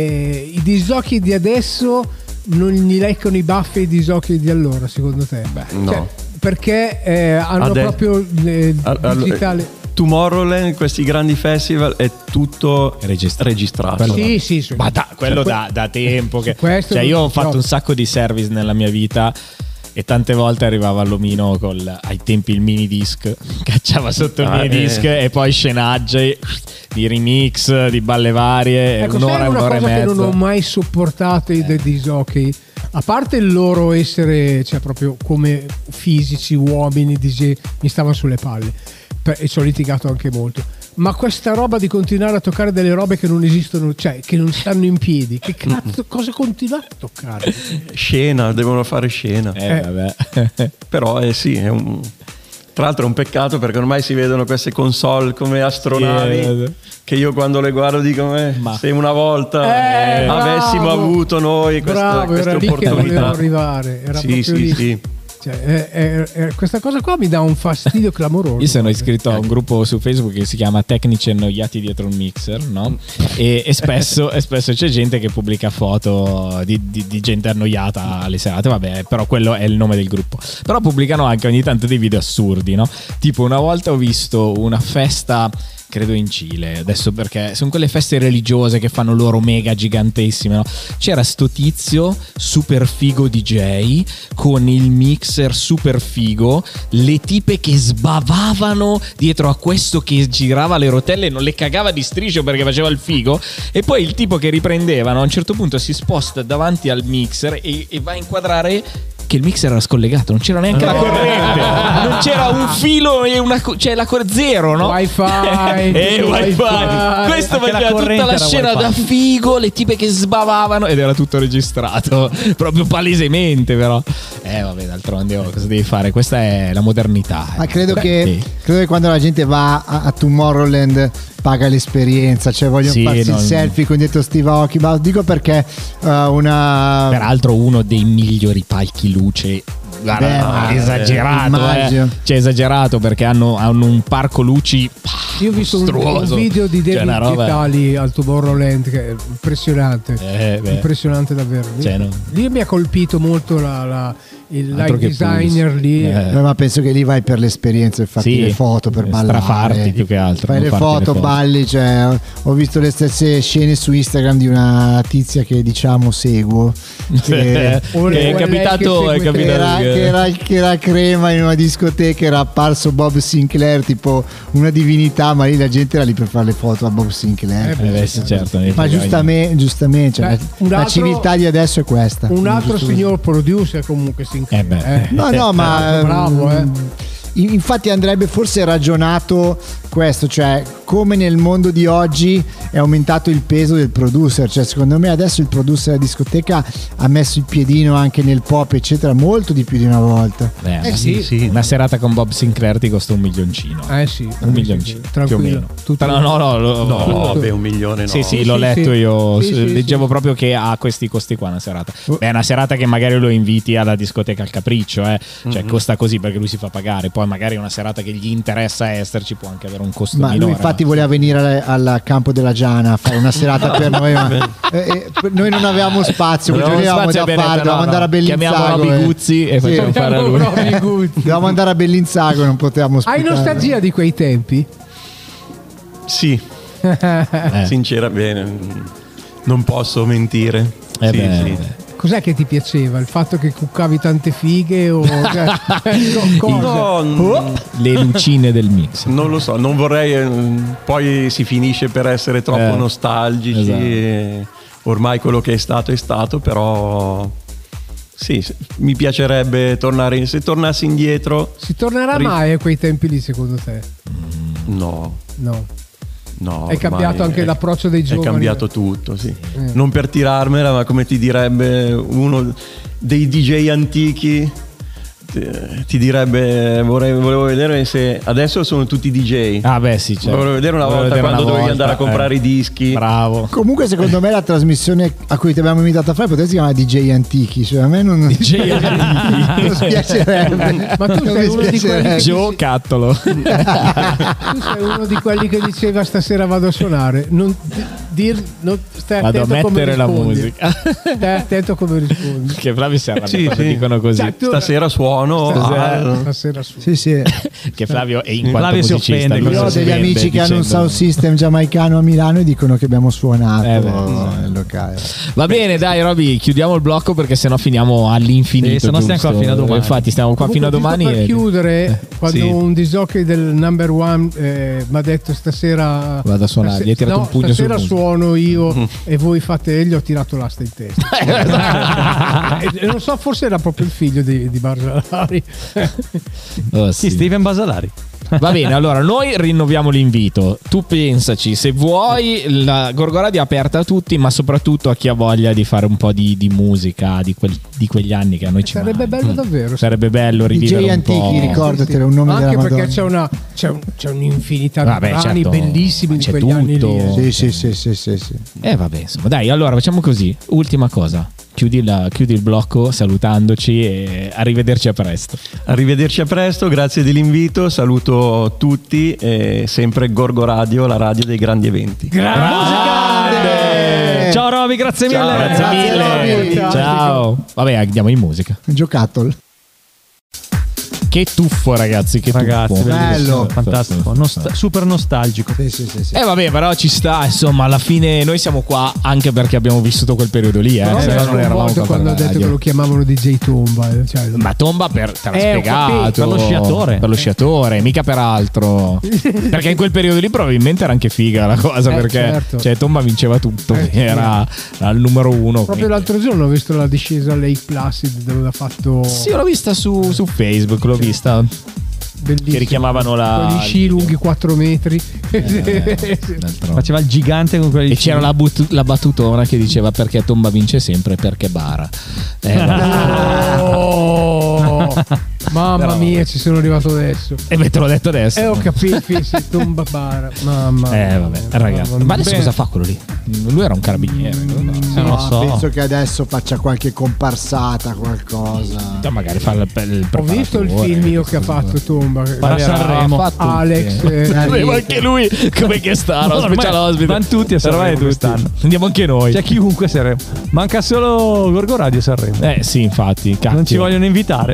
i disgiochi di adesso non gli leccano i baffi ai disgiochi di allora, secondo te? no. Cioè, perché hanno proprio il digitale. Tomorrowland, questi grandi festival, è tutto registrato. Sì. Ma quello da tempo che Questo cioè, io ho fatto no. un sacco di service nella mia vita e tante volte arrivava all'omino ai tempi il mini disc, cacciava sotto il mini disc e poi scenaggi di remix, di balle varie, Ecco, un'ora e cosa mezza. che non ho mai sopportato dei disgiochi, a parte il loro essere, cioè, proprio come fisici uomini, mi stavano sulle palle e ci ho litigato anche molto. Ma questa roba di continuare a toccare delle robe che non esistono, cioè che non stanno in piedi, che cazzo, cosa continuare a toccare? Scena, devono fare scena. Vabbè. Però sì, tra l'altro è un peccato perché ormai si vedono queste console come astronavi che io quando le guardo dico se una volta avessimo bravo. avuto noi queste Era lì che volevo opportunità. arrivare, era proprio lì. Sì. Cioè, questa cosa qua mi dà un fastidio clamoroso. Io sono iscritto a un gruppo su Facebook che si chiama Tecnici annoiati dietro un mixer, no? E spesso c'è gente che pubblica foto di gente annoiata alle serate, vabbè, però quello è il nome del gruppo. Però pubblicano anche ogni tanto dei video assurdi, no? Tipo una volta ho visto una festa, credo in Cile, adesso perché sono quelle feste religiose che fanno loro mega gigantissime, no? C'era sto tizio super figo DJ con il mixer super figo, le tipe che sbavavano dietro a questo che girava le rotelle e non le cagava di striscio perché faceva il figo, e poi il tipo che riprendeva, no? A un certo punto si sposta davanti al mixer e va a inquadrare che il mixer era scollegato, non c'era neanche la corrente, non c'era un filo e cioè zero, no? Wifi. Questo faceva tutta la scena da figo, le tipe che sbavavano ed era tutto registrato, proprio palesemente, però. Vabbè, d'altronde cosa devi fare? Questa è la modernità. Ma credo che quando la gente va a Tomorrowland paga l'esperienza, cioè vogliono farsi il selfie con dietro Steve Aoki. Ma dico perché peraltro uno dei migliori palchi luce. Guarda, esagerato, cioè esagerato perché hanno un parco luci. Io ho visto un video di David Vitali al Tomorrowland che è impressionante, impressionante davvero. Lì mi ha colpito molto il light designer lì. Ma penso che lì vai per l'esperienza e fatti le foto per ballare, strafarti più che altro. Fai le foto, balli, cioè, ho visto le stesse scene su Instagram di una tizia che diciamo seguo che è capitato che era crema in una discoteca, era apparso Bob Sinclair, tipo una divinità, ma lì la gente era lì per fare le foto a Bob Sinclair. Certo, ma giustamente cioè, la civiltà di adesso è questa. Un altro signor producer comunque Sinclair. No, ma bravo, infatti andrebbe forse ragionato questo, cioè come nel mondo di oggi è aumentato il peso del producer, cioè secondo me adesso il producer della discoteca ha messo il piedino anche nel pop eccetera molto di più di una volta. Sì. Una serata con Bob Sinclair ti costa $1 milioncino. Un milioncino più o meno. No, beh, $1 milione no. Sì, l'ho letto io. Leggevo proprio che ha questi costi qua una serata. Beh, è una serata che magari lo inviti alla discoteca al Capriccio, cioè costa così perché lui si fa pagare. Poi magari una serata che gli interessa esserci può anche avere un costo minore. Lui infatti voleva venire al campo della Giana a fare una serata per noi, ma noi non avevamo spazio, volevamo dovevamo andare a Bellinzago. Chiamiamo Roby Guzzi e facciamo fare a lui. Dovevamo andare a Bellinzago e non potevamo ospitare. Hai nostalgia di quei tempi? Sì. Sincera, bene, non posso mentire. Sì. Cos'è che ti piaceva? Il fatto che cuccavi tante fighe o le lucine del mix? Non lo so, non vorrei poi si finisce per essere troppo nostalgici. Esatto. Ormai quello che è stato, però sì, mi piacerebbe tornare, se tornassi indietro. Si tornerà mai a quei tempi lì secondo te? No. No, è cambiato anche l'approccio dei giovani. È cambiato tutto, sì. Non per tirarmela, ma come ti direbbe uno dei DJ antichi, ti direbbe volevo vedere se adesso sono tutti DJ. Ah beh sì, certo. Volevo vedere una volta quando dovevi andare a comprare i dischi. Bravo. Comunque secondo me la trasmissione a cui ti abbiamo invitato a fare potrebbe si chiamare DJ Antichi, cioè a me non DJ Antichi non spiacerebbe. Ma tu sei uno di quelli Giocattolo. Tu sei uno di quelli che diceva stasera vado a suonare. Stai vado a mettere la musica. Stai attento come rispondi. Che Flavio si arrabbia Sì, quando sì. dicono così. Cioè, tu- Stasera suono. Stasera su. Sì, sì. Che Flavio è in quanto Flavio si musicista. offende, lui Io ho si degli offende amici che hanno un dicendo- sound system giamaicano a Milano e dicono che abbiamo suonato beh, nel locale. Va bene, dai, Roby, chiudiamo il blocco perché sennò finiamo all'infinito. Sì, sennò stiamo qua giusto? fino a domani. Infatti, stiamo qua fino a Comunque, domani. giusto per chiudere, quando sì. un disjockey del number one mi ha detto stasera Vado a suonare, gli hai tirato no, un pugno sul stasera muso. suono io e voi fate, e gli ho tirato l'asta in testa. E non so, forse era proprio il figlio di Barzalari. Oh, Sì, sì. Steven Basalari. Va bene, allora noi rinnoviamo l'invito. Tu pensaci, se vuoi, la Gorgoradio è aperta a tutti, ma soprattutto a chi ha voglia di fare un po' di musica di quegli anni che a noi ci Sarebbe manca. bello davvero. Sarebbe bello rivivere DJ un Antichi, po'. ricordatelo, un nome Anche della perché Madonna. c'è un'infinità di Vabbè, brani certo, bellissimi di c'è quegli anni tutto. lì. Sì. Vabbè, insomma, dai, allora facciamo così. Ultima cosa. Chiudi il blocco salutandoci e arrivederci a presto. Arrivederci a presto, grazie dell'invito, saluto tutti e sempre Gorgo Radio, la radio dei grandi eventi. Grande! Ciao Roby, grazie mille. Grazie mille. Roby. Ciao. Vabbè, andiamo in musica. Giocattolo. Che tuffo, ragazzi, che Ragazzi, tuffo. bellissimo, Bello. fantastico, super nostalgico. Sì. Vabbè, però ci sta, insomma, alla fine noi siamo qua anche perché abbiamo vissuto quel periodo lì, Però mi se no ha non eravamo sconvolto qua quando ha per la detto che radio. lo chiamavano DJ Tomba. Cioè, Ma Tomba te l'ha ho spiegato. capito, per lo sciatore. Per lo sciatore, mica per altro. Perché in quel periodo lì probabilmente era anche figa la cosa, perché certo. cioè, Tomba vinceva tutto, era il numero uno. proprio quindi. l'altro giorno ho visto la discesa a Lake Placid dove l'ha fatto Sì, l'ho vista su Facebook, l'ho vista. bellissimo. Che richiamavano Quegli sci lunghi 4 metri. Faceva il gigante con quelli. E c'era la battutona che diceva perché Tomba vince sempre, perché bara. Oh, mamma Però- mia, ci sono arrivato adesso. E beh, te l'ho detto adesso. Ho capito, sì, Tomba bara. Mamma mia. Vabbè, ragazzi. Ma adesso cosa fa quello lì? Lui era un carabiniere. No? Non lo so. Penso che adesso faccia qualche comparsata, qualcosa. Magari fa il Ho visto il film io che ha fatto Tomba. Para Sanremo. Alex. Aveva anche lui come che sta, special ospite. Vanno tutti a Sanremo Ormai tutti. quest'anno. Andiamo anche noi. C'è chiunque a Sanremo. Manca solo Gorgo Radio a Sanremo. Sì, infatti. Non ci vogliono invitare.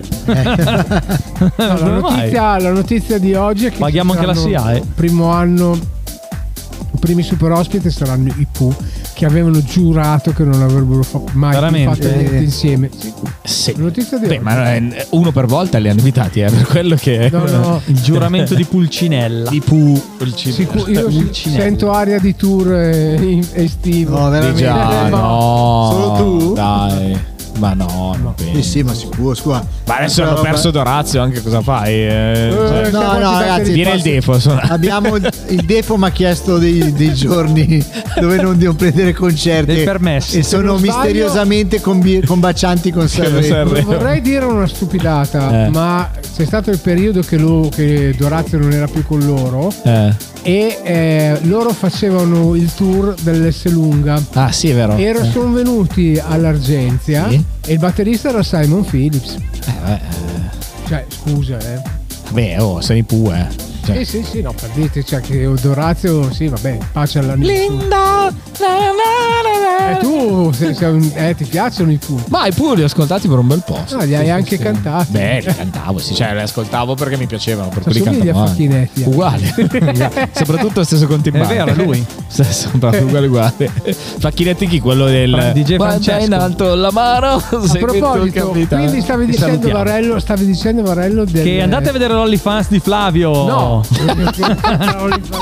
No, la notizia di oggi è che Paghiamo ci anche la saranno SIAE. il primo anno, i primi super ospiti saranno i Pooh, che avevano giurato che non avrebbero mai più Veramente? fatto niente insieme. Sì. La notizia di Beh, oggi. ma uno per volta li hanno invitati, per quello che No. Il giuramento di Pulcinella. i Pooh Io sento aria di tour estivo. No, veramente. già, no. Solo tu? Dai. Ma no, non penso. Sì, ma sicuro, scusa. Ma adesso hanno perso Dorazio, anche cosa fai? No, no, ragazzi, Viene il Defo. Abbiamo il Defo mi ha chiesto dei giorni dove non devo prendere concerti Dei permessi. e sono non sbaglio- misteriosamente combacianti con Sanremo. Vorrei dire una stupidata, ma c'è stato il periodo che Dorazio non era più con loro e loro facevano il tour dell'Esselunga. Ah, sì, è vero. Sono venuti all'Argenzia Sì. e il batterista era Simon Phillips. Cioè, scusa, Beh, sono i Pooh, Cioè. Sì, no, per dirti, cioè che Dorazio, sì, vabbè, pace all'anima. Linda. E tu ti piacciono i Pooh? Ma i Pooh li ho ascoltati per un bel po'. No, li hai anche cantati. Beh, li cantavo, sì, cioè li ascoltavo perché mi piacevano, per cui li Assomigli a cantavo anche. Facchinetti. Uguale. Soprattutto stesso contimbano. È vero, è lui. Stesso, proprio uguale. Facchinetti chi? Quello del DJ guarda Francesco. in alto la mano. A proposito, quindi stavi dicendo Varello del Che andate a vedere l'OnlyFans di Flavio. No.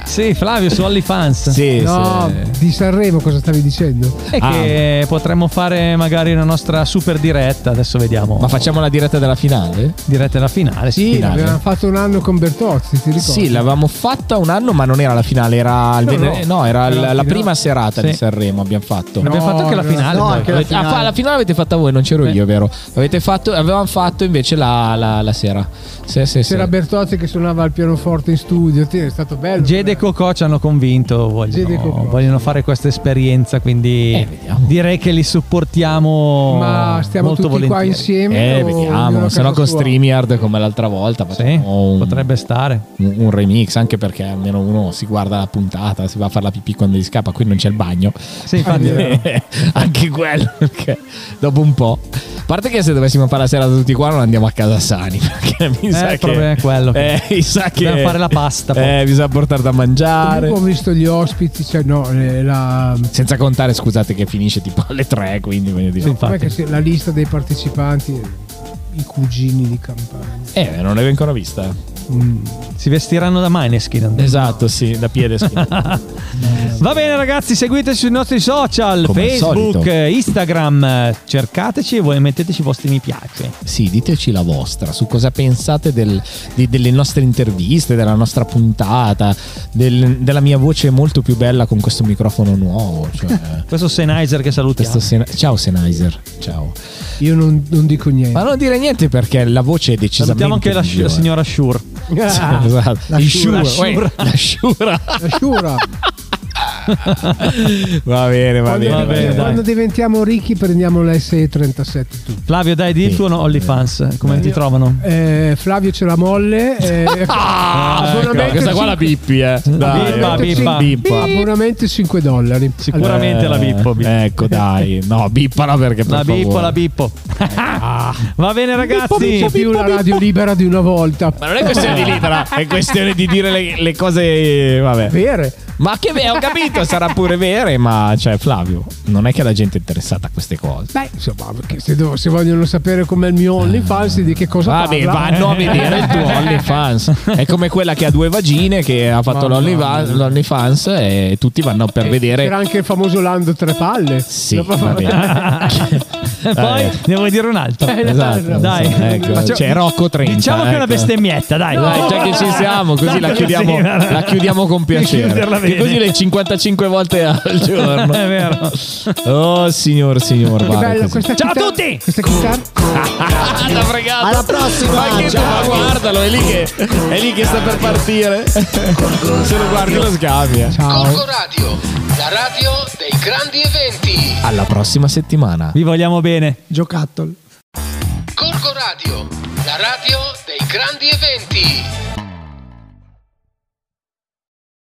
Sì, Flavio su OnlyFans. Sì, No, di Sanremo cosa stavi dicendo? E che potremmo fare magari una nostra super diretta, adesso vediamo. Ma facciamo la diretta della finale? Diretta della finale, Sì, finale. l'abbiamo fatto un anno con Bertozzi, ti ricordi? Sì, l'avevamo fatta un anno, ma non era la finale, era era la prima serata di Sanremo. Abbiamo fatto. Abbiamo fatto anche la finale. no, noi. anche la finale. La finale l'avete fatta voi, non c'ero io, vero? Avevamo fatto invece la sera. Sì. C'era Bertozzi che suonava il pianoforte in studio, è stato bello. Gede e Cocò ci hanno convinto, Gede e Cocò. vogliono fare questa esperienza, quindi vediamo. direi che li supportiamo. Ma stiamo molto tutti qua volentieri. insieme. o Vediamo, ognuno se no a con casa sua? StreamYard come l'altra volta Sì, facciamo potrebbe stare. un remix, anche perché almeno uno si guarda la puntata, si va a fare la pipì quando gli scappa, qui non c'è il bagno. Sì, infatti. Anche quello, perché dopo un po', a parte che se dovessimo fare la serata tutti qua non andiamo a casa sani, perché mi sa il problema è quello. mi sa che dobbiamo fare la pasta poi. bisogna portare da mangiare. Comunque ho visto gli ospiti, cioè Senza contare, scusate, che finisce tipo alle 3, quindi voglio dire. Sì, infatti. la lista dei partecipanti, i cugini di campagna. Non l'avevo ancora vista. Si vestiranno da Maneskin. Esatto, sì, da piede. Va bene ragazzi, seguiteci sui nostri social, Come al Facebook, solito. Instagram, cercateci e voi metteteci i vostri mi piace. Sì, diteci la vostra su cosa pensate delle nostre interviste, della nostra puntata, della mia voce molto più bella con questo microfono nuovo. Cioè, Questo Sennheiser che salutiamo. ciao Sennheiser, ciao. Io non dico niente. Ma non dire niente perché la voce è decisamente Salutiamo anche la migliore. signora Shure. Esatto. La Shura. Shura. La Shura. La Shura. Va bene. Quando diventiamo ricchi prendiamo la SE37 tutti. Flavio, dai, di il tuo OnlyFans, come ti trovano? Flavio ce la molle. Questa qua la bippi, Bippa. Abbonamento $5. Sicuramente la Bippo. Ecco, dai. No, bippala perché per La Bippo. Va bene ragazzi. C'è più la radio libera di una volta. Ma non è questione di libera, è questione di dire le cose, vabbè. Vere. Ma che ho capito, sarà pure vere, ma cioè Flavio, non è che la gente è interessata a queste cose. Beh, insomma, perché se vogliono sapere com'è il mio OnlyFans, di che cosa Vabbè, parla? vanno a vedere il tuo OnlyFans. È come quella che ha 2 vagine, che ha fatto l'OnlyFans e tutti vanno per vedere. C'era anche il famoso Lando 3 palle. Sì, va bene. Poi ne vuoi dire un altro? Esatto, Dai. ecco, c'è Rocco 30. Diciamo che è una ecco. bestemmietta, dai. Dai, già che ci siamo, così la chiudiamo con piacere. Che così le 55 volte al giorno. È vero. Oh signor, Che vale bello, così. questa Ciao a chitarra- tutti! Questa chitarra. T'ha fregato. Alla prossima, Ma che tu, ciao. ma guardalo, è lì che sta per partire. Se lo guardi lo scambia. Corco Radio, la radio dei grandi eventi. Alla prossima settimana. Vi vogliamo bene. Giocattolo. Corco Radio, la radio dei grandi eventi.